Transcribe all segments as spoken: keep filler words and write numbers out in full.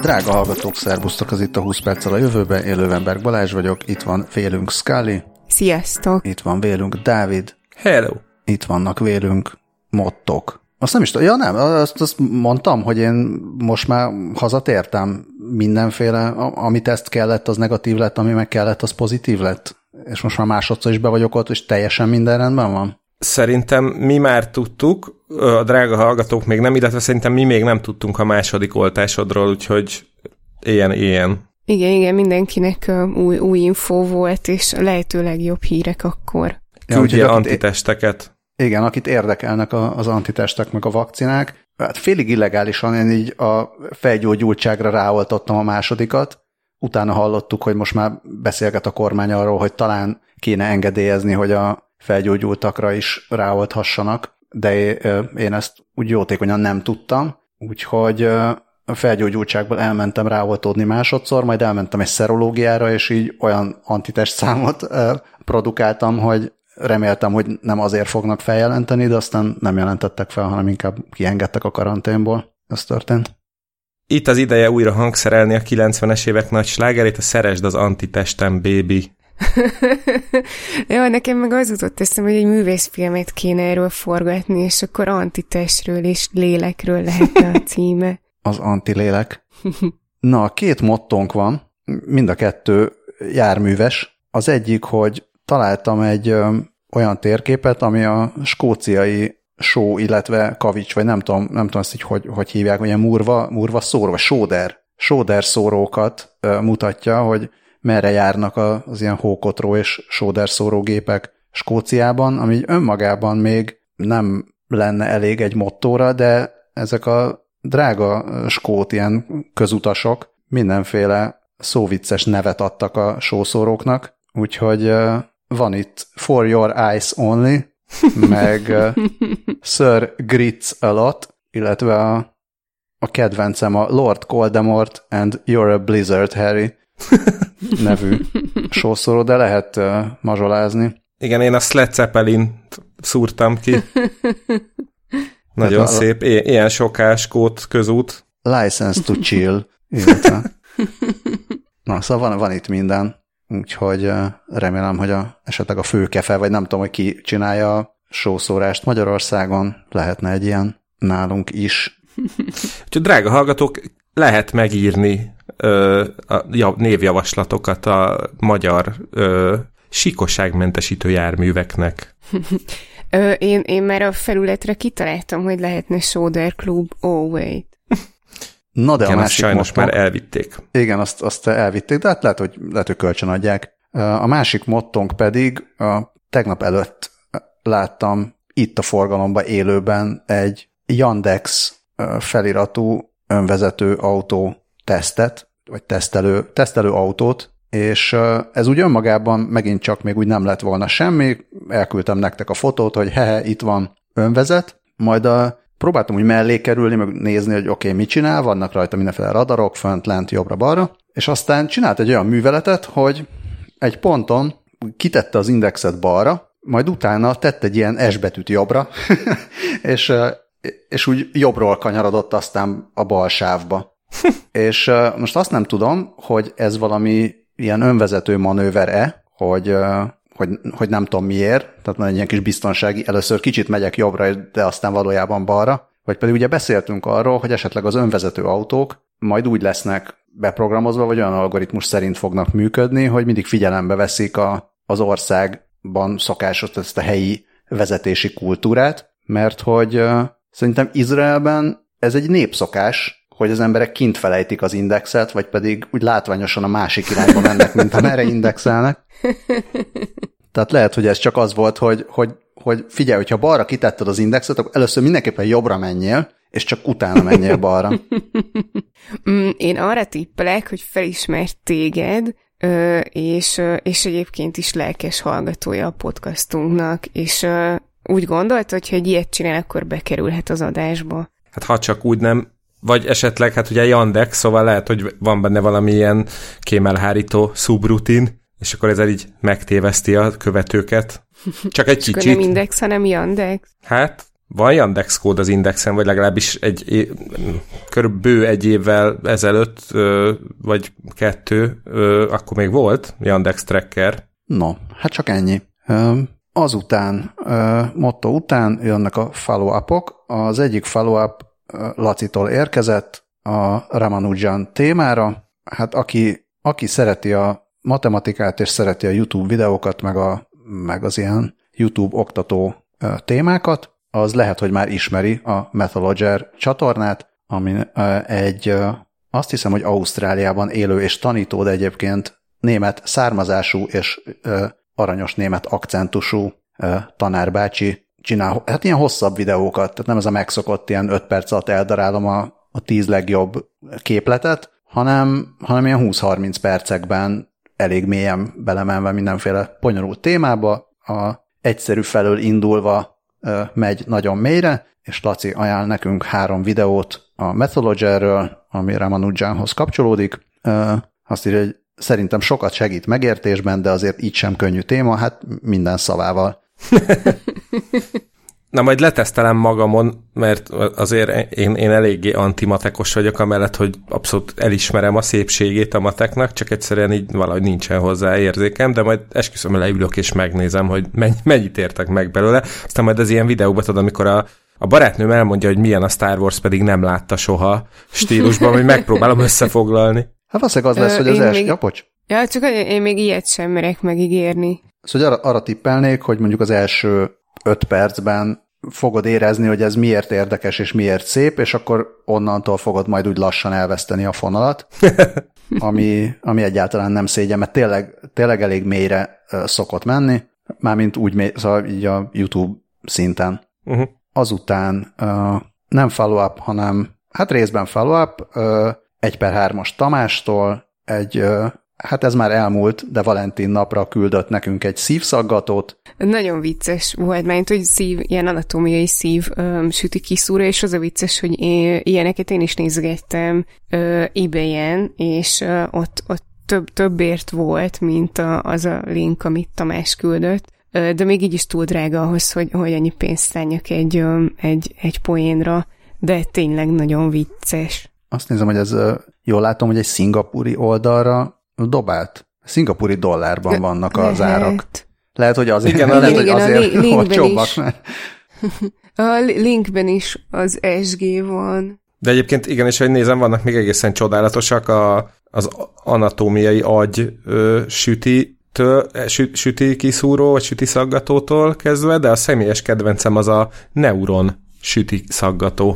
Drága hallgatók, szervusztok, az itt a húsz perccel a jövőben, én Löwenberg Balázs vagyok, itt van vélünk Scully. Sziasztok! Itt van vélünk Dávid. Hello! Itt vannak vélünk Mottok. Azt nem is tudom, ja nem, azt, azt mondtam, hogy én most már hazatértem, mindenféle, amit ezt kellett, az negatív lett, ami meg kellett, az pozitív lett, és most már másodszor is be vagyok ott, és teljesen minden rendben van. Szerintem mi már tudtuk, a drága hallgatók még nem, illetve szerintem mi még nem tudtunk a második oltásodról, úgyhogy ilyen, ilyen. Igen, igen, mindenkinek uh, új, új infó volt, és lehetőleg jobb hírek akkor. Küldje ja, antitesteket. Igen, akit érdekelnek az antitestek meg a vakcinák. Hát félig illegálisan én így a felgyógyultságra ráoltottam a másodikat. Utána hallottuk, hogy most már beszélget a kormány arról, hogy talán kéne engedélyezni, hogy a felgyógyultakra is ráolthassanak, de én ezt úgy jótékonyan nem tudtam, úgyhogy a felgyógyultságból elmentem ráoltódni másodszor, majd elmentem egy szerológiára, és így olyan antitest számot produkáltam, hogy reméltem, hogy nem azért fognak feljelenteni, de aztán nem jelentettek fel, hanem inkább kiengedtek a karanténból. Ez történt. Itt az ideje újra hangszerelni a kilencvenes évek nagy slágerét, a Szeresd az antitestem, baby. Jó, nekem meg az jutott eszem, hogy egy művészfilmet kéne erről forgatni, és akkor antitestről és lélekről lehetne a címe. Az antilélek. Na, két mottónk van, mind a kettő járműves. Az egyik, hogy találtam egy ö, olyan térképet, ami a skóciai só, illetve kavics, vagy nem tudom, nem tudom ezt így, hogy, hogy hívják, vagy ilyen murva, murva szóró, vagy sóder, sóder szórókat ö, mutatja, hogy merre járnak az ilyen hókotró és sóderszórógépek Skóciában, ami önmagában még nem lenne elég egy mottóra, de ezek a drága skót ilyen közutasok mindenféle szóvicces nevet adtak a sószóróknak, úgyhogy van itt For Your Eyes Only, meg Sir Grits a Lot, illetve a, a kedvencem a Lord Voldemort and You're a Blizzard, Harry nevű sószóró, de lehet uh, mazsolázni. Igen, én a Led Zeppelin szúrtam ki. Nagyon hát a, szép, I- ilyen soká skót közút. License to chill. Illetve. Na, szóval van, van itt minden, úgyhogy uh, remélem, hogy a, esetleg a főkefe, vagy nem tudom, hogy ki csinálja a sószórást Magyarországon, lehetne egy ilyen nálunk is. Úgyhogy drága hallgatók, lehet megírni ö, a névjavaslatokat a magyar ö, síkosságmentesítő járműveknek. Ö, én, én már a felületre kitaláltam, hogy lehetne Soder Club. Oh, wait. Na de igen, a másik sajnos mottónk, már elvitték. Igen, azt, azt elvitték, de hát lehet, hogy, lehet, hogy kölcsön adják. A másik mottónk pedig a tegnap előtt láttam itt a forgalomba élőben egy Yandex feliratú önvezető autó tesztet, vagy tesztelő, tesztelő autót, és ez úgy önmagában megint csak még úgy nem lett volna semmi, elküldtem nektek a fotót, hogy hehe, itt van önvezet, majd a, próbáltam úgy mellé kerülni, meg nézni, hogy oké, okay, mit csinál, vannak rajta mindenféle radarok, fönt, lent, jobbra-balra, és aztán csinált egy olyan műveletet, hogy egy ponton kitette az indexet balra, majd utána tett egy ilyen S betűt jobbra, és, és úgy jobbról kanyarodott aztán a bal sávba. És most azt nem tudom, hogy ez valami ilyen önvezető manőver-e, hogy, hogy, hogy nem tudom miért, tehát van egy ilyen kis biztonsági, először kicsit megyek jobbra, de aztán valójában balra, vagy pedig ugye beszéltünk arról, hogy esetleg az önvezető autók majd úgy lesznek beprogramozva, vagy olyan algoritmus szerint fognak működni, hogy mindig figyelembe veszik a, az országban szokásos ezt a helyi vezetési kultúrát, mert hogy uh, szerintem Izraelben ez egy népszokás, hogy az emberek kint felejtik az indexet, vagy pedig úgy látványosan a másik irányba mennek, mint amerre indexelnek. Tehát lehet, hogy ez csak az volt, hogy, hogy, hogy figyelj, hogyha balra kitetted az indexet, akkor először mindenképpen jobbra menjél, és csak utána menjél balra. Én arra tippelek, hogy felismert téged, és, és egyébként is lelkes hallgatója a podcastunknak, és úgy gondolt, hogy ha egy ilyet csinál, akkor bekerülhet az adásba. Hát ha csak úgy nem, vagy esetleg, hát ugye Yandex, szóval lehet, hogy van benne valamilyen kémelhárító szubrutin, és akkor ezzel így megtéveszti a követőket. Csak egy kicsit. És akkor nem Index, hanem Yandex. Hát, van Yandex kód az Indexen, vagy legalábbis egy körülbelül egy évvel ezelőtt, vagy kettő, akkor még volt Yandex Tracker. No, hát csak ennyi. Azután, motto után jönnek a follow-upok. Az egyik follow-up Lacitól érkezett a Ramanujan témára. Hát aki, aki szereti a matematikát, és szereti a YouTube videókat, meg, a, meg az ilyen YouTube oktató témákat, az lehet, hogy már ismeri a Mathologer csatornát, ami egy, azt hiszem, hogy Ausztráliában élő és tanító, de egyébként német származású és aranyos német akcentusú tanárbácsi csinál, hát ilyen hosszabb videókat, tehát nem ez a megszokott ilyen öt perc alatt eldarálom a, a tíz legjobb képletet, hanem, hanem ilyen húsz-harminc percekben elég mélyen belemenve mindenféle bonyolult témába, a egyszerű felől indulva ö, megy nagyon mélyre, és Laci ajánl nekünk három videót a Mathologerről, ami Ramanujanhoz kapcsolódik. Ö, azt írja, hogy szerintem sokat segít megértésben, de azért így sem könnyű téma, hát minden szavával. Na, majd letesztelem magamon, mert azért én, én eléggé antimatekos vagyok, amellett, hogy abszolút elismerem a szépségét a mateknak, csak egyszerűen így valahogy nincsen hozzá érzékem, de majd esküszöm, leülök és megnézem, hogy mennyi, mennyit értek meg belőle. Aztán majd az ilyen videóban tudod, amikor a, a barátnőm elmondja, hogy milyen a Star Wars, pedig nem látta soha stílusban, hogy megpróbálom összefoglalni. Hát valószínűleg az lesz, hogy az első... Még... Ja, bocs. Ja, csak én még ilyet sem merek megígérni. Szóval arra, arra tippelnék, hogy mondjuk az első öt percben fogod érezni, hogy ez miért érdekes és miért szép, és akkor onnantól fogod majd úgy lassan elveszteni a fonalat, ami, ami egyáltalán nem szégyen, mert tényleg, tényleg elég mélyre szokott menni, mármint úgy mély, szóval így a YouTube szinten. Uh-huh. Azután uh, nem follow-up, hanem hát részben follow-up, uh, egy per hármas Tamástól egy uh, hát ez már elmúlt, de Valentin napra küldött nekünk egy szívszaggatót. Nagyon vicces volt, mert hogy szív, ilyen anatómiai szív um, süti kiszúra, és az a vicces, hogy én, ilyeneket én is nézgettem uh, eBay-en, és uh, ott, ott több, többért volt, mint a, az a link, amit Tamás küldött, uh, de még így is túl drága ahhoz, hogy, hogy annyi pénzt szálljak egy, um, egy, egy poénra, de tényleg nagyon vicces. Azt nézem, hogy ez, uh, jól látom, hogy egy szingapúri oldalra dobált. Szingapúri dollárban vannak az lehet. Árak. Lehet, hogy azért, igen, lehet, igen, hogy azért olcsóbbak. A linkben is az es gé van. De egyébként igen, és hogy nézem, vannak még egészen csodálatosak a, az anatómiai agy ö, sütitől, süt, süti kiszúró, vagy süti szaggatótól kezdve, de a személyes kedvencem az a neuron süti szaggató.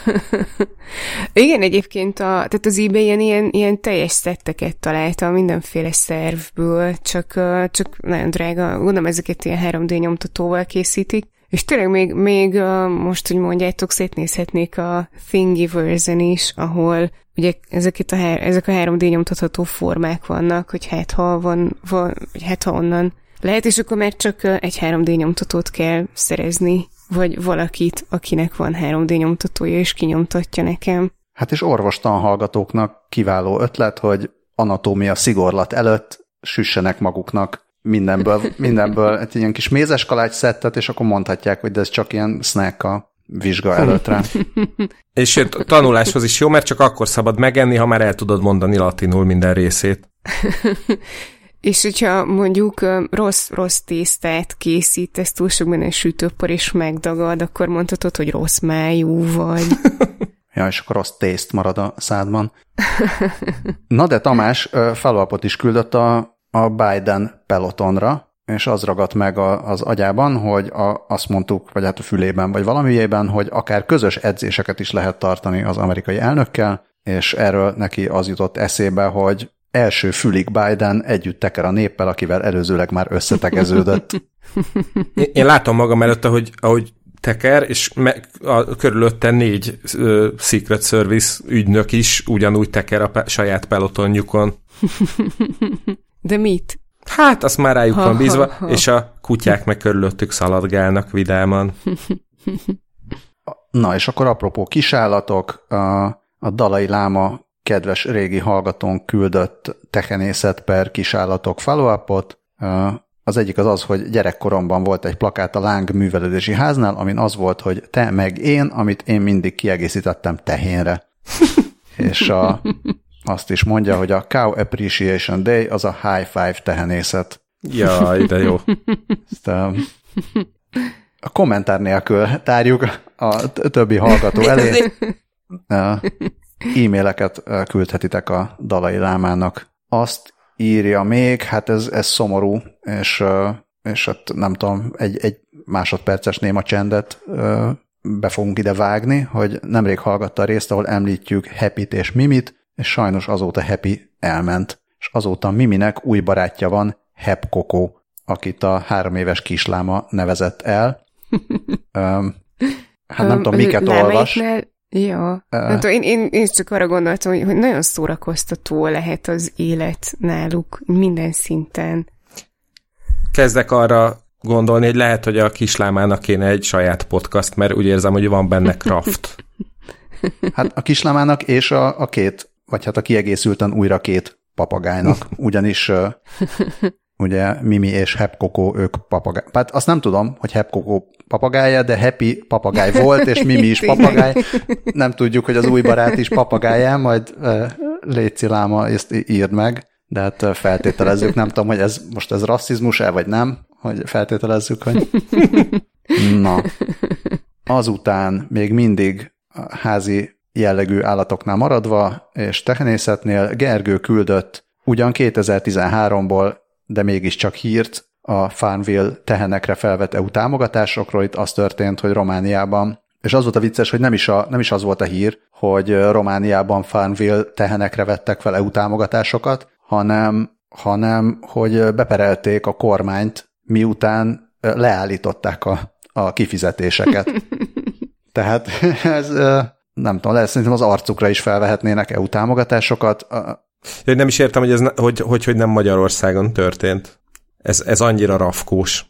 Igen, egyébként a, tehát az eBay-en ilyen, ilyen teljes szetteket találtam mindenféle szervből, csak, csak nagyon drága, gondolom ezeket ilyen három dé nyomtatóval készítik, és tényleg még, még most, hogy mondjátok, szétnézhetnék a Thingiverse-en is, ahol ugye ezeket a, ezek a három dé nyomtatható formák vannak, hogy hát ha van, van hát ha onnan lehet, és akkor már csak egy három dé nyomtatót kell szerezni, vagy valakit, akinek van három dé nyomtatója, és kinyomtatja nekem. Hát és orvostan hallgatóknak kiváló ötlet, hogy anatómia szigorlat előtt süssenek maguknak mindenből, mindenből egy ilyen kis mézes kalács szettet, és akkor mondhatják, hogy ez csak ilyen snack a vizsga előttre. És sőt, tanuláshoz is jó, mert csak akkor szabad megenni, ha már el tudod mondani latinul minden részét. És hogyha mondjuk rossz, rossz tésztát készítesz, túl sok benne sütőpor és megdagad, akkor mondhatod, hogy rossz májú vagy. Ja, és akkor rossz tészt marad a szádban. Na de Tamás follow-upot is küldött a, a Biden pelotonra, és az ragadt meg a, az agyában, hogy a, azt mondtuk, vagy hát a fülében, vagy valamiében, hogy akár közös edzéseket is lehet tartani az amerikai elnökkel, és erről neki az jutott eszébe, hogy első fülig Biden együtt teker a néppel, akivel előzőleg már összetegeződött. Én, én látom magam előtte, hogy ahogy teker, és me, a, körülötte négy uh, Secret Service ügynök is ugyanúgy teker a pe, saját pelotonjukon. De mit? Hát, azt már rájuk ha, van bízva, ha, ha. És a kutyák meg körülöttük szaladgálnak vidáman. Na, és akkor apropó kisállatok, a, a Dalai Láma kedves régi hallgatón küldött tehenészet per kisállatok follow-upot. Az egyik az az, hogy gyerekkoromban volt egy plakát a Láng művelődési háznál, amin az volt, hogy te meg én, amit én mindig kiegészítettem tehénre. És a, azt is mondja, hogy a Cow Appreciation Day az a high five tehenészet. Jaj, de jó. Ezt a, a kommentár nélkül tárjuk a többi hallgató elé. E-maileket küldhetitek a Dalai Lámának. Azt írja még, hát ez, ez szomorú, és, és hát nem tudom, egy, egy másodperces néma csendet be fogunk ide vágni, hogy nemrég hallgatta a részt, ahol említjük Happyt és Mimit, és sajnos azóta Happy elment. És azóta Miminek új barátja van, Hep Coco, akit a három éves kisláma nevezett el. um, hát nem um, tudom, miket olvas. Ja, uh, nem tudom, én, én, én csak arra gondoltam, hogy, hogy nagyon szórakoztató lehet az élet náluk minden szinten. Kezdek arra gondolni, hogy lehet, hogy a kislámának kéne egy saját podcast, mert úgy érzem, hogy van benne craft. Hát a kislámának és a, a két, vagy hát a kiegészülten újra két papagájnak, ugyanis uh, ugye Mimi és Hep Coco, ők papagáj. Hát azt nem tudom, hogy Hep Coco papagája, de Happy papagáj volt, és Mimi is papagáj. Nem tudjuk, hogy az új barát is papagáján, majd uh, Léci Láma ezt írd meg, de hát uh, feltételezzük, nem tudom, hogy ez most ez rasszizmus-e, vagy nem, hogy feltételezzük, hogy... Na. Azután még mindig házi jellegű állatoknál maradva, és tehenészetnél Gergő küldött ugyan kétezer-tizenháromból, de mégiscsak hírt a Farmville tehenekre felvett é u támogatásokról. Itt az történt, hogy Romániában, és az volt a vicces, hogy nem is, a, nem is az volt a hír, hogy Romániában Farmville tehenekre vettek fel é u támogatásokat, hanem, hanem hogy beperelték a kormányt, miután leállították a, a kifizetéseket. Tehát ez, nem tudom, lehet, szerintem az arcukra is felvehetnének é u támogatásokat. Én nem is értem, hogy ez ne, hogy, hogy, hogy nem Magyarországon történt. Ez, ez annyira rafkós.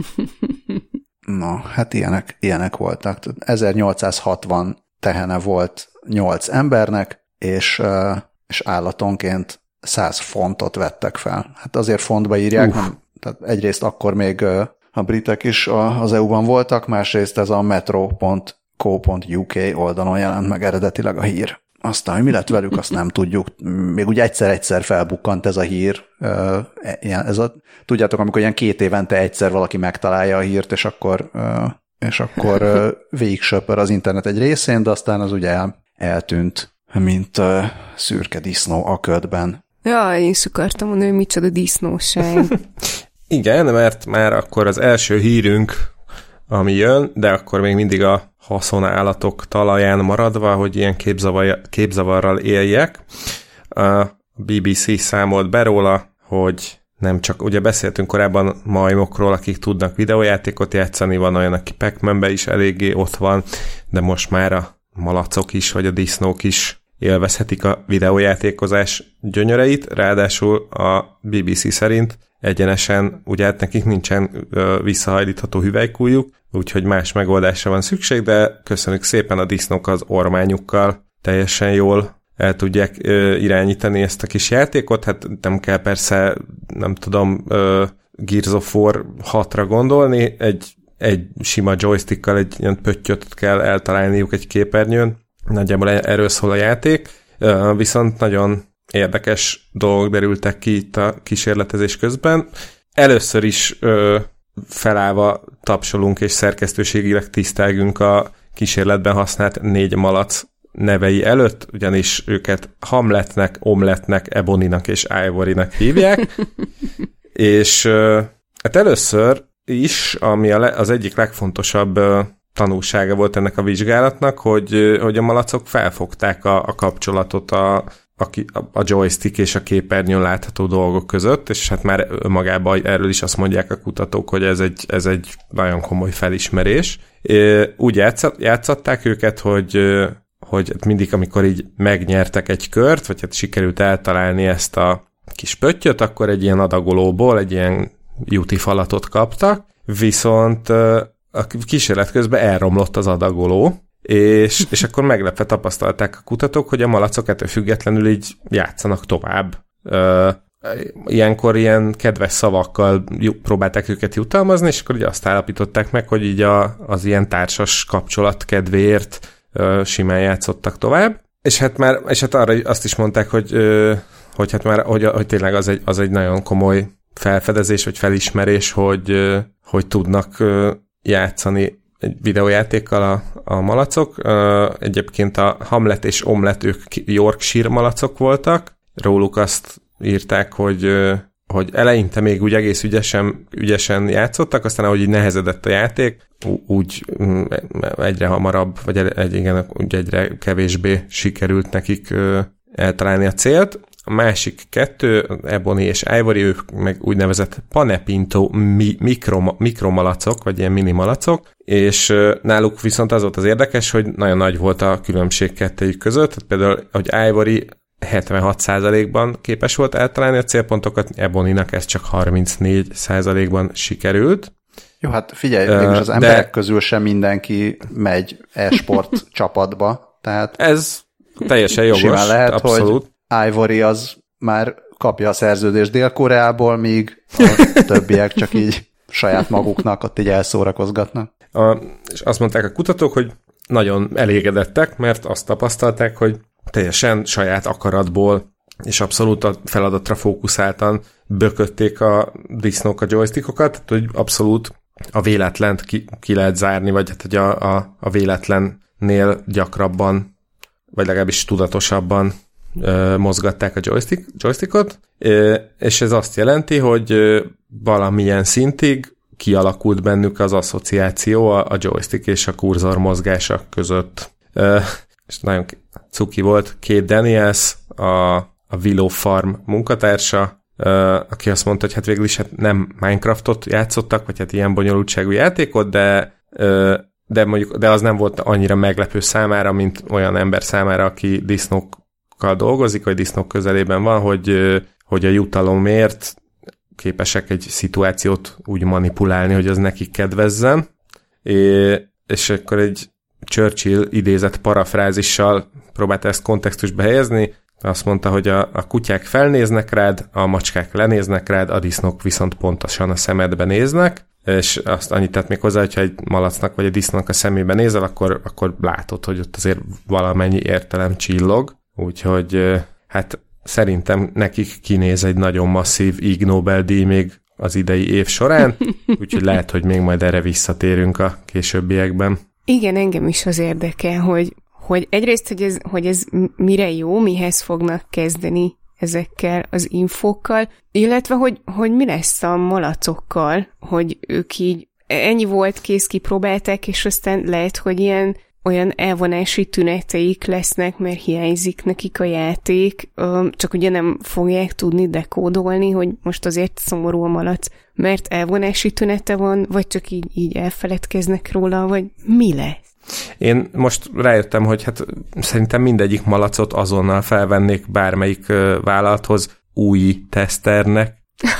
Na, hát ilyenek, ilyenek voltak. ezernyolcszázhatvan tehene volt nyolc embernek, és, és állatonként száz fontot vettek fel. Hát azért fontba írják, nem, tehát egyrészt akkor még a britek is az é u-ban voltak, másrészt ez a metro pont co pont u k oldalon jelent meg eredetileg a hír. Aztán, hogy mi lett velük, azt nem tudjuk. Még úgy egyszer-egyszer felbukkant ez a hír. Ez a, tudjátok, amikor ilyen két évente egyszer valaki megtalálja a hírt, és akkor, és akkor végig söpör az internet egy részén, de aztán az ugye eltűnt, mint szürke disznó a ködben. Ja, én is akartam mondani, hogy micsoda disznóság. Igen, mert már akkor az első hírünk, ami jön, de akkor még mindig a haszonállatok talaján maradva, hogy ilyen képzavar, képzavarral éljek. A bé bé cé számolt be róla, hogy nem csak, ugye beszéltünk korábban majmokról, akik tudnak videójátékot játszani, van olyan, aki Pac-Manben is eléggé ott van, de most már a malacok is, vagy a disznók is élvezhetik a videójátékozás gyönyöreit, ráadásul a bé bé cé szerint egyenesen, ugye hát nekik nincsen ö, visszahajlítható hüvelykújjuk, úgyhogy más megoldásra van szükség, de köszönjük szépen, a disznók az ormányukkal teljesen jól el tudják ö, irányítani ezt a kis játékot, hát nem kell persze, nem tudom, ö, Gears of War hatra gondolni, egy, egy sima joystickkal egy ilyen pöttyöt kell eltalálniuk egy képernyőn, nagyjából erről szól a játék, ö, viszont nagyon érdekes dolgok derültek ki itt a kísérletezés közben. Először is ö, felállva tapsolunk és szerkesztőségileg tisztelgünk a kísérletben használt négy malac nevei előtt, ugyanis őket Hamletnek, Omletnek, Eboninak és Ivorynak hívják. És ö, hát először is, ami a le, az egyik legfontosabb ö, tanulsága volt ennek a vizsgálatnak, hogy, hogy a malacok felfogták a, a kapcsolatot a A, a joystick és a képernyőn látható dolgok között, és hát már magában erről is azt mondják a kutatók, hogy ez egy, ez egy nagyon komoly felismerés. Úgy játszat, játszatták őket, hogy, hogy mindig, amikor így megnyertek egy kört, vagy hát sikerült eltalálni ezt a kis pöttyöt, akkor egy ilyen adagolóból egy ilyen juti falatot kaptak, viszont a kísérlet közben elromlott az adagoló, És, és akkor meglepve tapasztalták a kutatók, hogy a malacok ettől függetlenül így játszanak tovább. ilyenkor ilyen kedves szavakkal próbálták őket jutalmazni, és akkor ugye azt állapították meg, hogy így a, az ilyen társas kapcsolat kedvéért ö, simán játszottak tovább. És hát már, és hát arra azt is mondták, hogy, ö, hogy hát már, hogy, hogy tényleg az egy, az egy nagyon komoly felfedezés, vagy felismerés, hogy, ö, hogy tudnak ö, játszani egy videójátékkal a, a malacok. Ö, egyébként a Hamlet és Omlet, ők Yorkshire malacok voltak. Róluk azt írták, hogy, hogy eleinte még úgy egész ügyesen, ügyesen játszottak, aztán ahogy így nehezedett a játék, úgy egyre hamarabb, vagy egy, igen, úgy egyre kevésbé sikerült nekik eltalálni a célt. A másik kettő, Ebony és Ivory, ők meg úgynevezett panepinto mi, mikro, mikromalacok, vagy ilyen mini malacok, és náluk viszont az volt az érdekes, hogy nagyon nagy volt a különbség kettőjük között, tehát például, hogy Ivory hetvenhat százalékban képes volt eltalálni a célpontokat, Ebonynak ez csak harmincnégy százalékban sikerült. Jó, hát figyelj, uh, mégis az emberek de... közül sem mindenki megy e-sport csapatba, tehát ez teljesen jogos, lehet, abszolút. Hogy Ivory az már kapja a szerződést Dél-Koreából, míg a többiek csak így saját maguknak ott így elszórakozgatnak. A, és azt mondták a kutatók, hogy nagyon elégedettek, mert azt tapasztalták, hogy teljesen saját akaratból és abszolút a feladatra fókuszáltan bökötték a disznók a joystickokat, tehát hogy abszolút a véletlent ki, ki lehet zárni, vagy hát hogy a, a, a véletlennél gyakrabban, vagy legalábbis tudatosabban ö, mozgatták a joystick, joystickot, ö, és ez azt jelenti, hogy ö, valamilyen szintig kialakult bennük az asszociáció a, a joystick és a kurzor mozgása között. Ö, és nagyon cuki volt, Kate Daniels, a, a Willow Farm munkatársa, uh, aki azt mondta, hogy hát végül is hát nem Minecraftot játszottak, vagy hát ilyen bonyolultságú játékot, de, uh, de, mondjuk, de az nem volt annyira meglepő számára, mint olyan ember számára, aki disznókkal dolgozik, vagy disznók közelében van, hogy, uh, hogy a jutalomért képesek egy szituációt úgy manipulálni, hogy az nekik kedvezzen. É, és akkor egy Churchill idézett parafrázissal próbálta ezt kontextusba helyezni, azt mondta, hogy a, a kutyák felnéznek rád, a macskák lenéznek rád, a disznók viszont pontosan a szemedbe néznek, és azt annyit tett még hozzá, hogyha egy malacnak vagy egy disznónak a szemébe nézel, akkor, akkor látod, hogy ott azért valamennyi értelem csillog, úgyhogy hát szerintem nekik kinéz egy nagyon masszív Ig Nobel-díj még az idei év során, úgyhogy lehet, hogy még majd erre visszatérünk a későbbiekben. Igen, engem is az érdekel, hogy, hogy egyrészt, hogy ez, hogy ez mire jó, mihez fognak kezdeni ezekkel az infókkal, illetve, hogy, hogy mi lesz a malacokkal, hogy ők így ennyi volt, kész, kipróbálták, és aztán lehet, hogy ilyen olyan elvonási tüneteik lesznek, mert hiányzik nekik a játék, csak ugye nem fogják tudni dekódolni, hogy most azért szomorú a malac, mert elvonási tünete van, vagy csak így, így elfeledkeznek róla, vagy mi lesz? Én most rájöttem, hogy hát szerintem mindegyik malacot azonnal felvennék bármelyik vállalathoz új teszternek.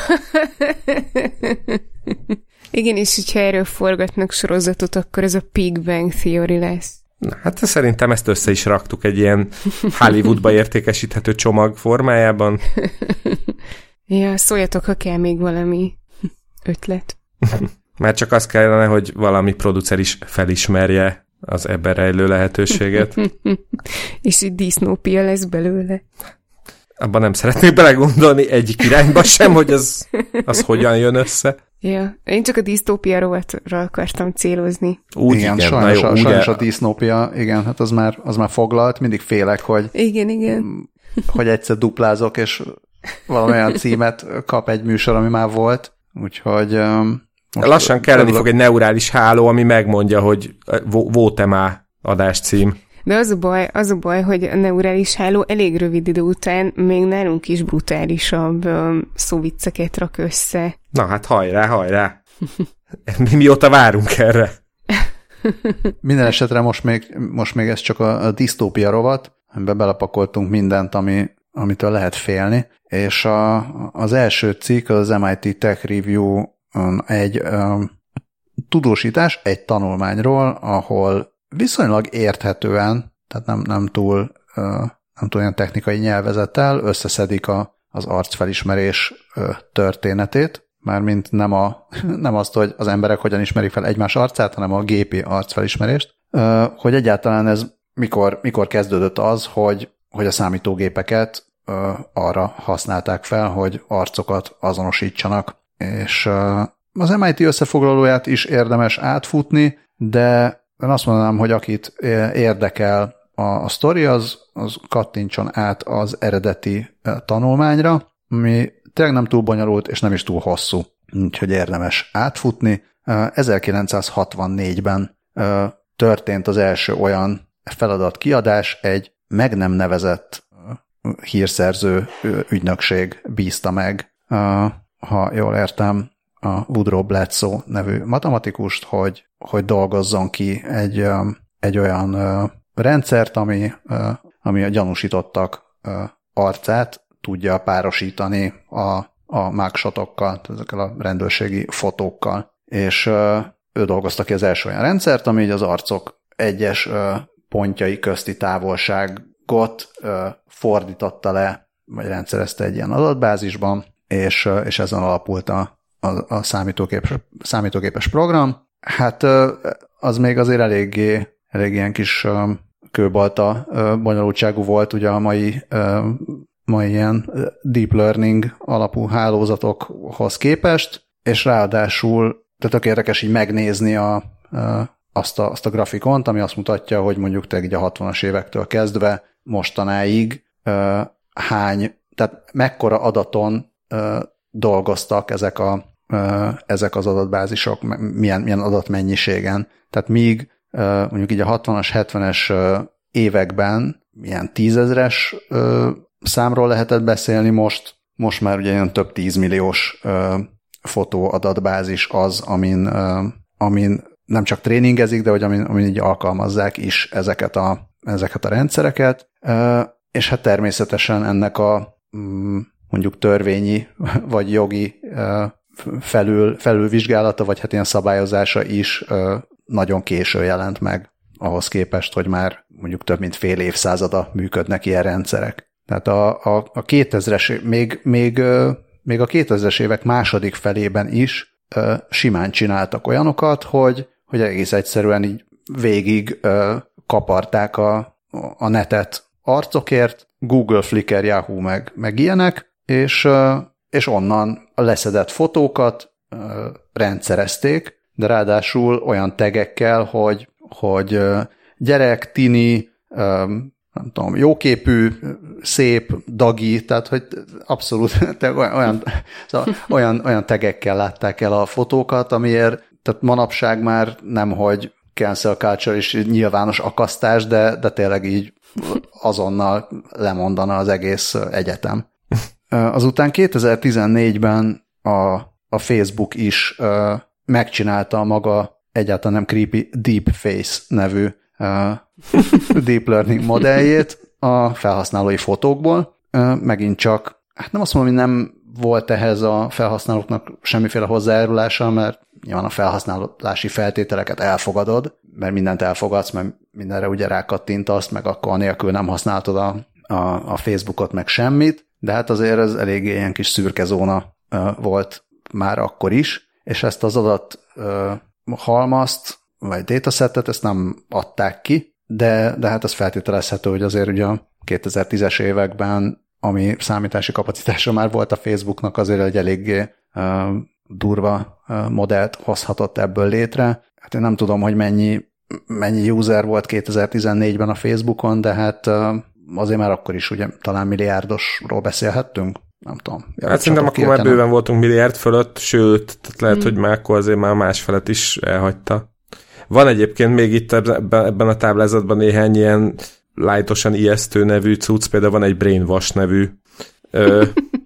Igen, és hogyha erről forgatnak sorozatot, akkor ez a Big Bang Theory lesz. Na, hát szerintem ezt össze is raktuk egy ilyen Hollywoodba értékesíthető csomag formájában. Ja, szóljatok, ha kell még valami ötlet. Már csak az kellene, hogy valami producer is felismerje az ebben rejlő lehetőséget. És így disznópia lesz belőle. Abban nem szeretnék belegondolni egyik irányba sem, hogy az, az hogyan jön össze. Ja, én csak a disztópia rovatra akartam célozni. Úgy igen, igen sajnos, jó, a, sajnos a disztópia, igen, hát az már, az már foglalt, mindig félek, hogy igen, igen. hogy egyszer duplázok, és valamilyen címet kap egy műsor, ami már volt, úgyhogy um, lassan kelleni örülök. Fog egy neurális háló, ami megmondja, hogy volt-e már adás cím. De az a baj, az a baj, hogy a neurális háló elég rövid idő után még nálunk is brutálisabb um, szóvicceket rak össze. Na hát hajrá, hajrá! Mi mióta várunk erre? Minden esetre most még, most még ez csak a, a disztópia rovat, amiben belepakoltunk mindent, ami, amitől lehet félni, és a, az első cikk az em i té Tech Review egy um, tudósítás egy tanulmányról, ahol viszonylag érthetően, tehát nem, nem, túl, uh, nem túl olyan technikai nyelvezettel összeszedik a az arcfelismerés történetét, mármint nem, a, nem azt, hogy az emberek hogyan ismerik fel egymás arcát, hanem a gépi arcfelismerést, hogy egyáltalán ez mikor, mikor kezdődött az, hogy, hogy a számítógépeket arra használták fel, hogy arcokat azonosítsanak. És az em i té összefoglalóját is érdemes átfutni, de én azt mondanám, hogy akit érdekel a, a sztori, az, az kattintson át az eredeti tanulmányra, ami tényleg nem túl bonyolult, és nem is túl hosszú, úgyhogy érdemes átfutni. ezerkilencszázhatvannégyben történt az első olyan feladatkiadás, egy meg nem nevezett hírszerző ügynökség bízta meg, ha jól értem, a Woodrow Bledsoe nevű matematikust, hogy, hogy dolgozzon ki egy, egy olyan rendszert, ami, ami a gyanúsítottak arcát tudja párosítani a, a mugshotokkal, ezekkel a rendőrségi fotókkal. És ő dolgozta ki az első olyan rendszert, ami így az arcok egyes pontjai közti távolságot fordította le, vagy rendszerezte egy ilyen adatbázisban, és, és ezen alapult a, a, a számítógépes, számítógépes program. Hát az még azért eléggé, elég ilyen kis kőbalta bonyolultságú volt ugye a mai, mai ilyen deep learning alapú hálózatokhoz képest, és ráadásul tehát tök érdekes így megnézni a, azt, a, azt a grafikont, ami azt mutatja, hogy mondjuk te így a hatvanas évektől kezdve mostanáig hány, tehát mekkora adaton dolgoztak ezek, a, ezek az adatbázisok, milyen, milyen adatmennyiségen. Tehát míg mondjuk így a hatvanas, hetvenes években ilyen tízezres számról lehetett beszélni, most, most már ugye ilyen több tízmilliós fotóadatbázis az, amin, amin nem csak tréningezik, de hogy amin, amin így alkalmazzák is ezeket a, ezeket a rendszereket, és hát természetesen ennek a mondjuk törvényi vagy jogi felül, felülvizsgálata, vagy hát ilyen szabályozása is nagyon késő jelent meg ahhoz képest, hogy már mondjuk több mint fél évszázada működnek ilyen rendszerek. Tehát a, a, a kétezres, még, még, még a kétezres évek második felében is simán csináltak olyanokat, hogy, hogy egész egyszerűen így végig kaparták a, a netet arcokért, Google, Flickr, Yahoo meg, meg ilyenek, és, és onnan a leszedett fotókat rendszerezték, de ráadásul olyan tegekkel, hogy, hogy gyerek, tini, nem tudom, jóképű, szép, dagi, tehát hogy abszolút olyan, szóval olyan, olyan tegekkel látták el a fotókat, amiért tehát manapság már nem, hogy cancel culture és nyilvános akasztás, de, de tényleg így azonnal lemondana az egész egyetem. Azután kétezer-tizennégyben a, a Facebook is uh, megcsinálta maga egyáltalán nem creepy Deepface nevű uh, deep learning modelljét a felhasználói fotókból. Uh, megint csak, hát nem azt mondom, hogy nem volt ehhez a felhasználóknak semmiféle hozzájárulása, mert nyilván a felhasználási feltételeket elfogadod, mert mindent elfogadsz, mert mindenre ugye rákattintasz, meg akkor anélkül nem használtod a, a, a Facebookot, meg semmit, de hát azért ez eléggé ilyen kis szürke zóna uh, volt már akkor is, és ezt az adat uh, halmazt, vagy datasettet, ezt nem adták ki, de, de hát ez feltételezhető, hogy azért ugye a kétezer-tízes években, ami számítási kapacitása már volt a Facebooknak, azért egy eléggé uh, durva uh, modellt hozhatott ebből létre. Hát én nem tudom, hogy mennyi, mennyi user volt kétezer-tizennégyben a Facebookon, de hát uh, azért már akkor is ugye talán milliárdosról beszélhettünk. Nem tudom. Hát szerintem akkor már bőven voltunk milliárd fölött, sőt, tehát lehet, mm. hogy már akkor azért már másfelet is elhagyta. Van egyébként még itt ebben, ebben a táblázatban néhány ilyen lightosan ijesztő nevű cucc, például van egy Brainwash nevű ö,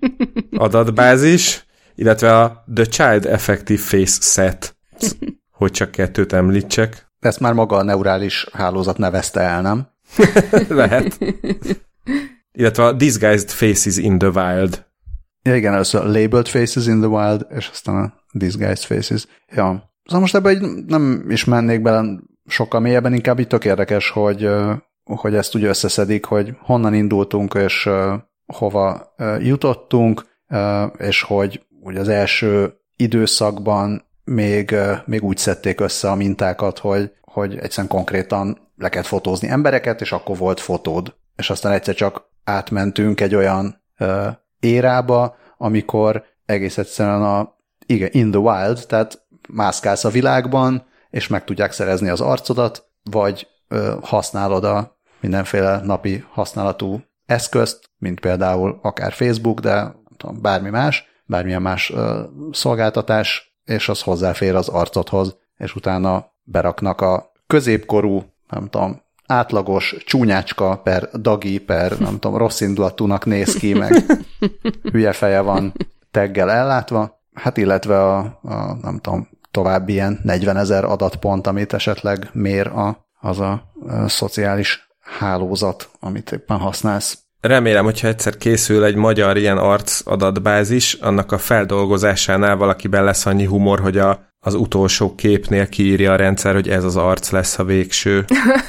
adatbázis, illetve a The Child Effective Face Set, hogy csak kettőt említsek. Ezt már maga a neurális hálózat nevezte el, nem? Lehet. Illetve a Disguised Faces in the Wild. Ja, igen, először a Labeled Faces in the Wild, és aztán a Disguised Faces. Ja. Szóval most ebben nem is mennék bele sokkal mélyebben, inkább itt tök érdekes, hogy, hogy ezt úgy összeszedik, hogy honnan indultunk, és hova jutottunk, és hogy ugye az első időszakban még, még úgy szedték össze a mintákat, hogy, hogy egyszerűen konkrétan le kellett fotózni embereket, és akkor volt fotód. És aztán egyszer csak átmentünk egy olyan uh, érába, amikor egész egyszerűen a, igen, in the wild, tehát mászkálsz a világban, és meg tudják szerezni az arcodat, vagy uh, használod a mindenféle napi használatú eszközt, mint például akár Facebook, de nem tudom, bármi más, bármilyen más uh, szolgáltatás, és az hozzáfér az arcodhoz, és utána beraknak a középkorú, nem tudom, átlagos csúnyácska per dagi per, nem tudom, rossz indulatúnak néz ki, meg hülye feje van taggel ellátva, hát illetve a, a nem tudom, további ilyen negyvenezer adatpont, amit esetleg mér a, az a, a szociális hálózat, amit éppen használsz. Remélem, hogyha egyszer készül egy magyar ilyen arc adatbázis, annak a feldolgozásánál valakiben lesz annyi humor, hogy a, az utolsó képnél kiírja a rendszer, hogy ez az arc lesz a végső.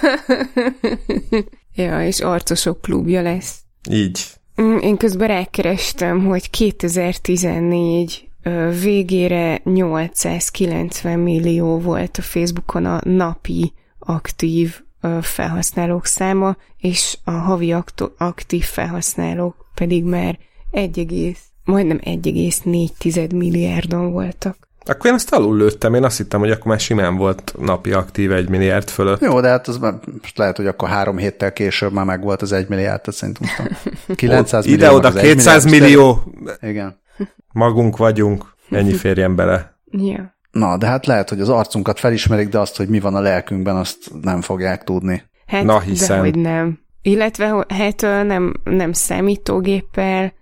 Ja, és arcosok klubja lesz. Így. Én közben rákerestem, hogy kétezer-tizennégy végére nyolcszázkilencven millió volt a Facebookon a napi aktív felhasználók száma, és a havi aktív felhasználók pedig már egy, majdnem egy egész négy milliárdon voltak. Akkor én azt alul lőttem, én azt hittem, hogy akkor már simán volt napi aktív egy milliárd fölött. Jó, de hát az már most lehet, hogy akkor három héttel később már meg volt az egy milliárd, tehát szerintem kilencszáz millió. Ide-oda kétszáz millió. Igen. Magunk vagyunk, ennyi férjen bele. Ja. Na, de hát lehet, hogy az arcunkat felismerik, de azt, hogy mi van a lelkünkben, azt nem fogják tudni. Hát, na, hiszen. De hogy nem. Illetve hát nem, nem számítógéppel,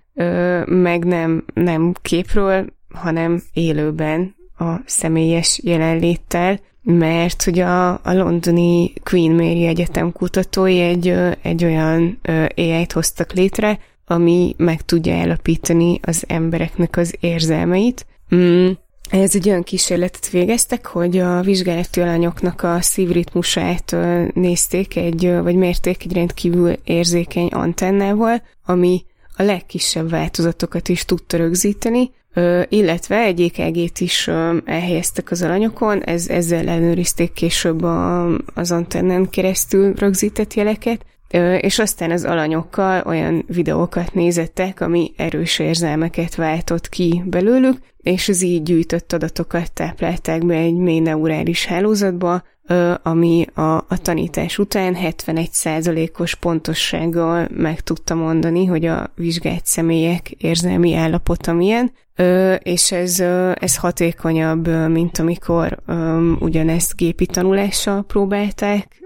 meg nem, nem képről, hanem élőben a személyes jelenléttel, mert hogy a, a londoni Queen Mary Egyetem kutatói egy, egy olyan á í-t hoztak létre, ami meg tudja állapítani az embereknek az érzelmeit. Mm. Ez egy olyan kísérletet végeztek, hogy a vizsgálati alanyoknak a szívritmusát nézték, egy, vagy mérték egy rendkívül érzékeny antennával, ami a legkisebb változatokat is tudta rögzíteni, illetve egy é ká gét is elhelyeztek az alanyokon, ez, ezzel ellenőrizték később a, az antennen keresztül rögzített jeleket, és aztán az alanyokkal olyan videókat nézettek, ami erős érzelmeket váltott ki belőlük, és az így gyűjtött adatokat táplálták be egy mély neurális hálózatba, ami a, a tanítás után hetvenegy százalékos pontossággal meg tudta mondani, hogy a vizsgált személyek érzelmi állapota milyen, és ez, ez hatékonyabb, mint amikor ugyanezt gépi tanulással próbálták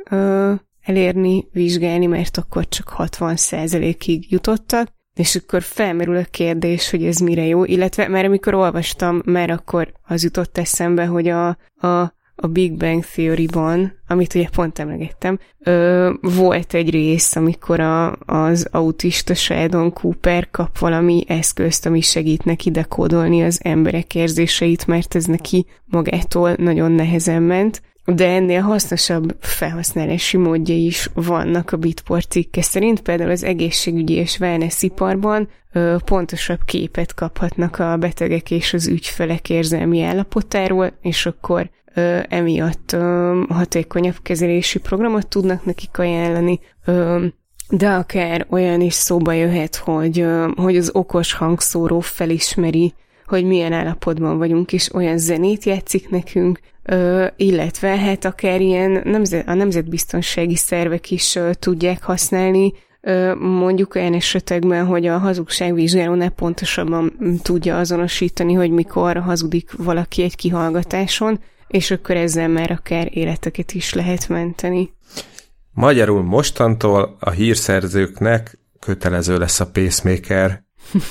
elérni, vizsgálni, mert akkor csak hatvan százalékig jutottak, és akkor felmerül a kérdés, hogy ez mire jó, illetve már amikor olvastam, már akkor az jutott eszembe, hogy a, a, a Big Bang Theory-ban, amit ugye pont emlegettem, ö, volt egy rész, amikor a, az autista Sheldon Cooper kap valami eszközt, ami segít neki dekódolni az emberek érzéseit, mert ez neki magától nagyon nehezen ment, de ennél hasznosabb felhasználási módjai is vannak a Bitport cikke szerint, például az egészségügyi és wellness iparban ö, pontosabb képet kaphatnak a betegek és az ügyfelek érzelmi állapotáról, és akkor ö, emiatt ö, hatékonyabb kezelési programot tudnak nekik ajánlani, ö, de akár olyan is szóba jöhet, hogy, ö, hogy az okos hangszóró felismeri, hogy milyen állapotban vagyunk, és olyan zenét játszik nekünk, Ö, illetve hát akár ilyen nemzet, a nemzetbiztonsági szervek is ö, tudják használni, ö, mondjuk olyan esetekben, hogy a hazugságvizsgálónál pontosabban tudja azonosítani, hogy mikor hazudik valaki egy kihallgatáson, és akkor ezzel már akár életeket is lehet menteni. Magyarul mostantól a hírszerzőknek kötelező lesz a pacemaker.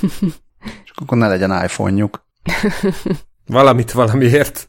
Csak akkor ne legyen iPhone-juk. Valamit valamiért.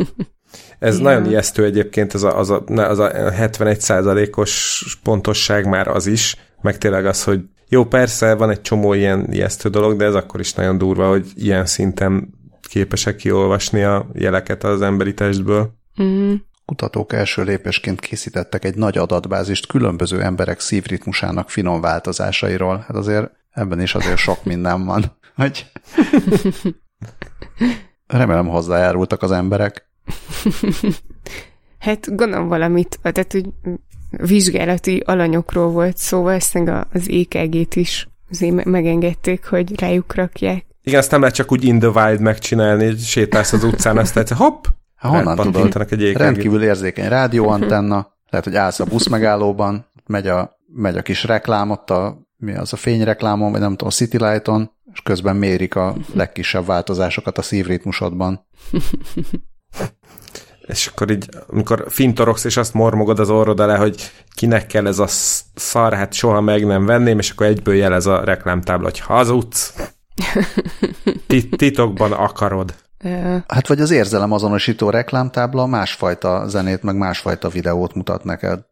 Ez ja. Nagyon ijesztő egyébként, az a, az, a, az a hetvenegy százalékos pontosság már az is, meg tényleg az, hogy jó, persze van egy csomó ilyen ijesztő dolog, de ez akkor is nagyon durva, hogy ilyen szinten képesek kiolvasni a jeleket az emberi testből. Mm. Kutatók első lépésként készítettek egy nagy adatbázist különböző emberek szívritmusának finom változásairól. Hát azért ebben is azért sok minden van. Hogy remélem hozzájárultak az emberek. Hát gondolom valamit, tehát hogy vizsgálati alanyokról volt szó, valószínűleg az é ká gét is azért megengedték, hogy rájuk rakják. Igen, azt nem lehet csak úgy in the wild megcsinálni, sétálsz az utcán, azt egyszer hopp, ha, honnan tudod? Egy rendkívül érzékeny rádióantenna, lehet, hogy állsz a buszmegállóban, megy a, megy a kis reklám, ott a, mi az a fényreklámon, vagy nem tudom, a City Lighton, és közben mérik a legkisebb változásokat a szívritmusodban. És akkor így, amikor fintorogsz, és azt mormogod az orrod alá, hogy kinek kell ez a szar, hát soha meg nem venném, és akkor egyből jelez a reklámtábla, hogy hazudsz. Titokban akarod. Hát vagy az érzelem azonosító reklámtábla másfajta zenét, meg másfajta videót mutat neked.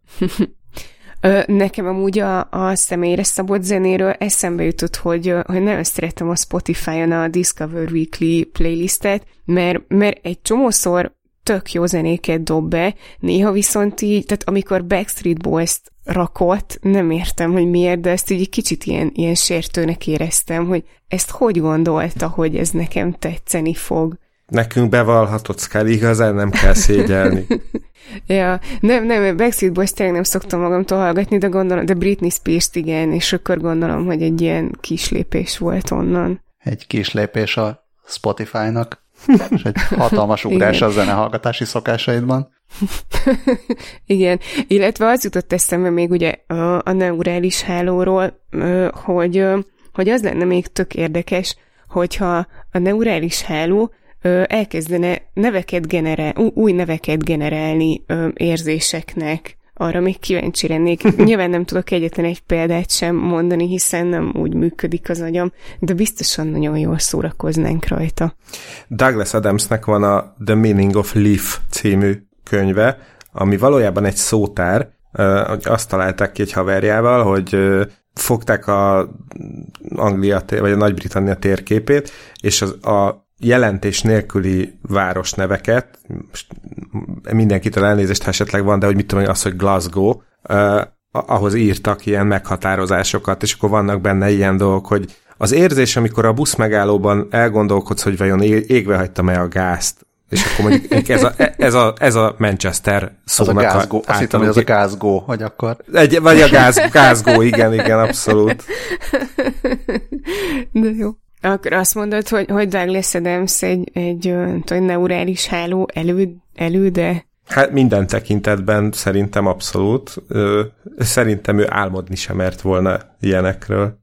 Nekem amúgy a, a személyre szabott zenéről eszembe jutott, hogy, hogy nagyon szeretem a Spotify-on a Discover Weekly playlistet, mert, mert egy csomószor tök jó zenéket dob be, néha viszont így, tehát amikor Backstreet Boys-t rakott, nem értem, hogy miért, de ezt így egy kicsit ilyen, ilyen sértőnek éreztem, hogy ezt hogy gondolta, hogy ez nekem tetszeni fog. Nekünk bevallhatod, Scully, igazán nem kell szégyelni. Ja, nem, nem, Backstreet Boys tényleg nem szoktam magamtól hallgatni, de gondolom, de Britney Spears igen, és akkor gondolom, hogy egy ilyen kis lépés volt onnan. Egy kis lépés a Spotify-nak, és egy hatalmas ugrás a zenehallgatási szokásaidban. Igen, illetve az jutott eszembe még ugye a, a neurális hálóról, hogy, hogy az lenne még tök érdekes, hogyha a neurális háló elkezdene neveket generál, új neveket generálni érzéseknek. Arra még kíváncsi lennék. Nyilván nem tudok egyetlen egy példát sem mondani, hiszen nem úgy működik az agyam, de biztosan nagyon jól szórakoznánk rajta. Douglas Adamsnek van a The Meaning of Life című könyve, ami valójában egy szótár, azt találták ki egy haverjával, hogy fogták a Anglia, vagy a Nagy-Britannia térképét, és az, a jelentés nélküli városneveket, mindenkitől elnézést, ha esetleg van, de hogy mit tudom, az, hogy Glasgow, eh, ahhoz írtak ilyen meghatározásokat, és akkor vannak benne ilyen dolgok, hogy az érzés, amikor a busz megállóban elgondolkodsz, hogy vajon égve hagytam-e a gázt, és akkor mondjuk ez a, ez a, ez a Manchester szónak. Az a gázgó, azt hittem, hogy az a gázgó, hogy akkor... Egy, vagy a gáz, gázgó, igen, igen, abszolút. De jó. Akkor azt mondod, hogy, hogy Douglas Adams egy, egy, egy neurális háló elő, előde? Hát minden tekintetben szerintem abszolút. Szerintem ő álmodni sem mert volna ilyenekről.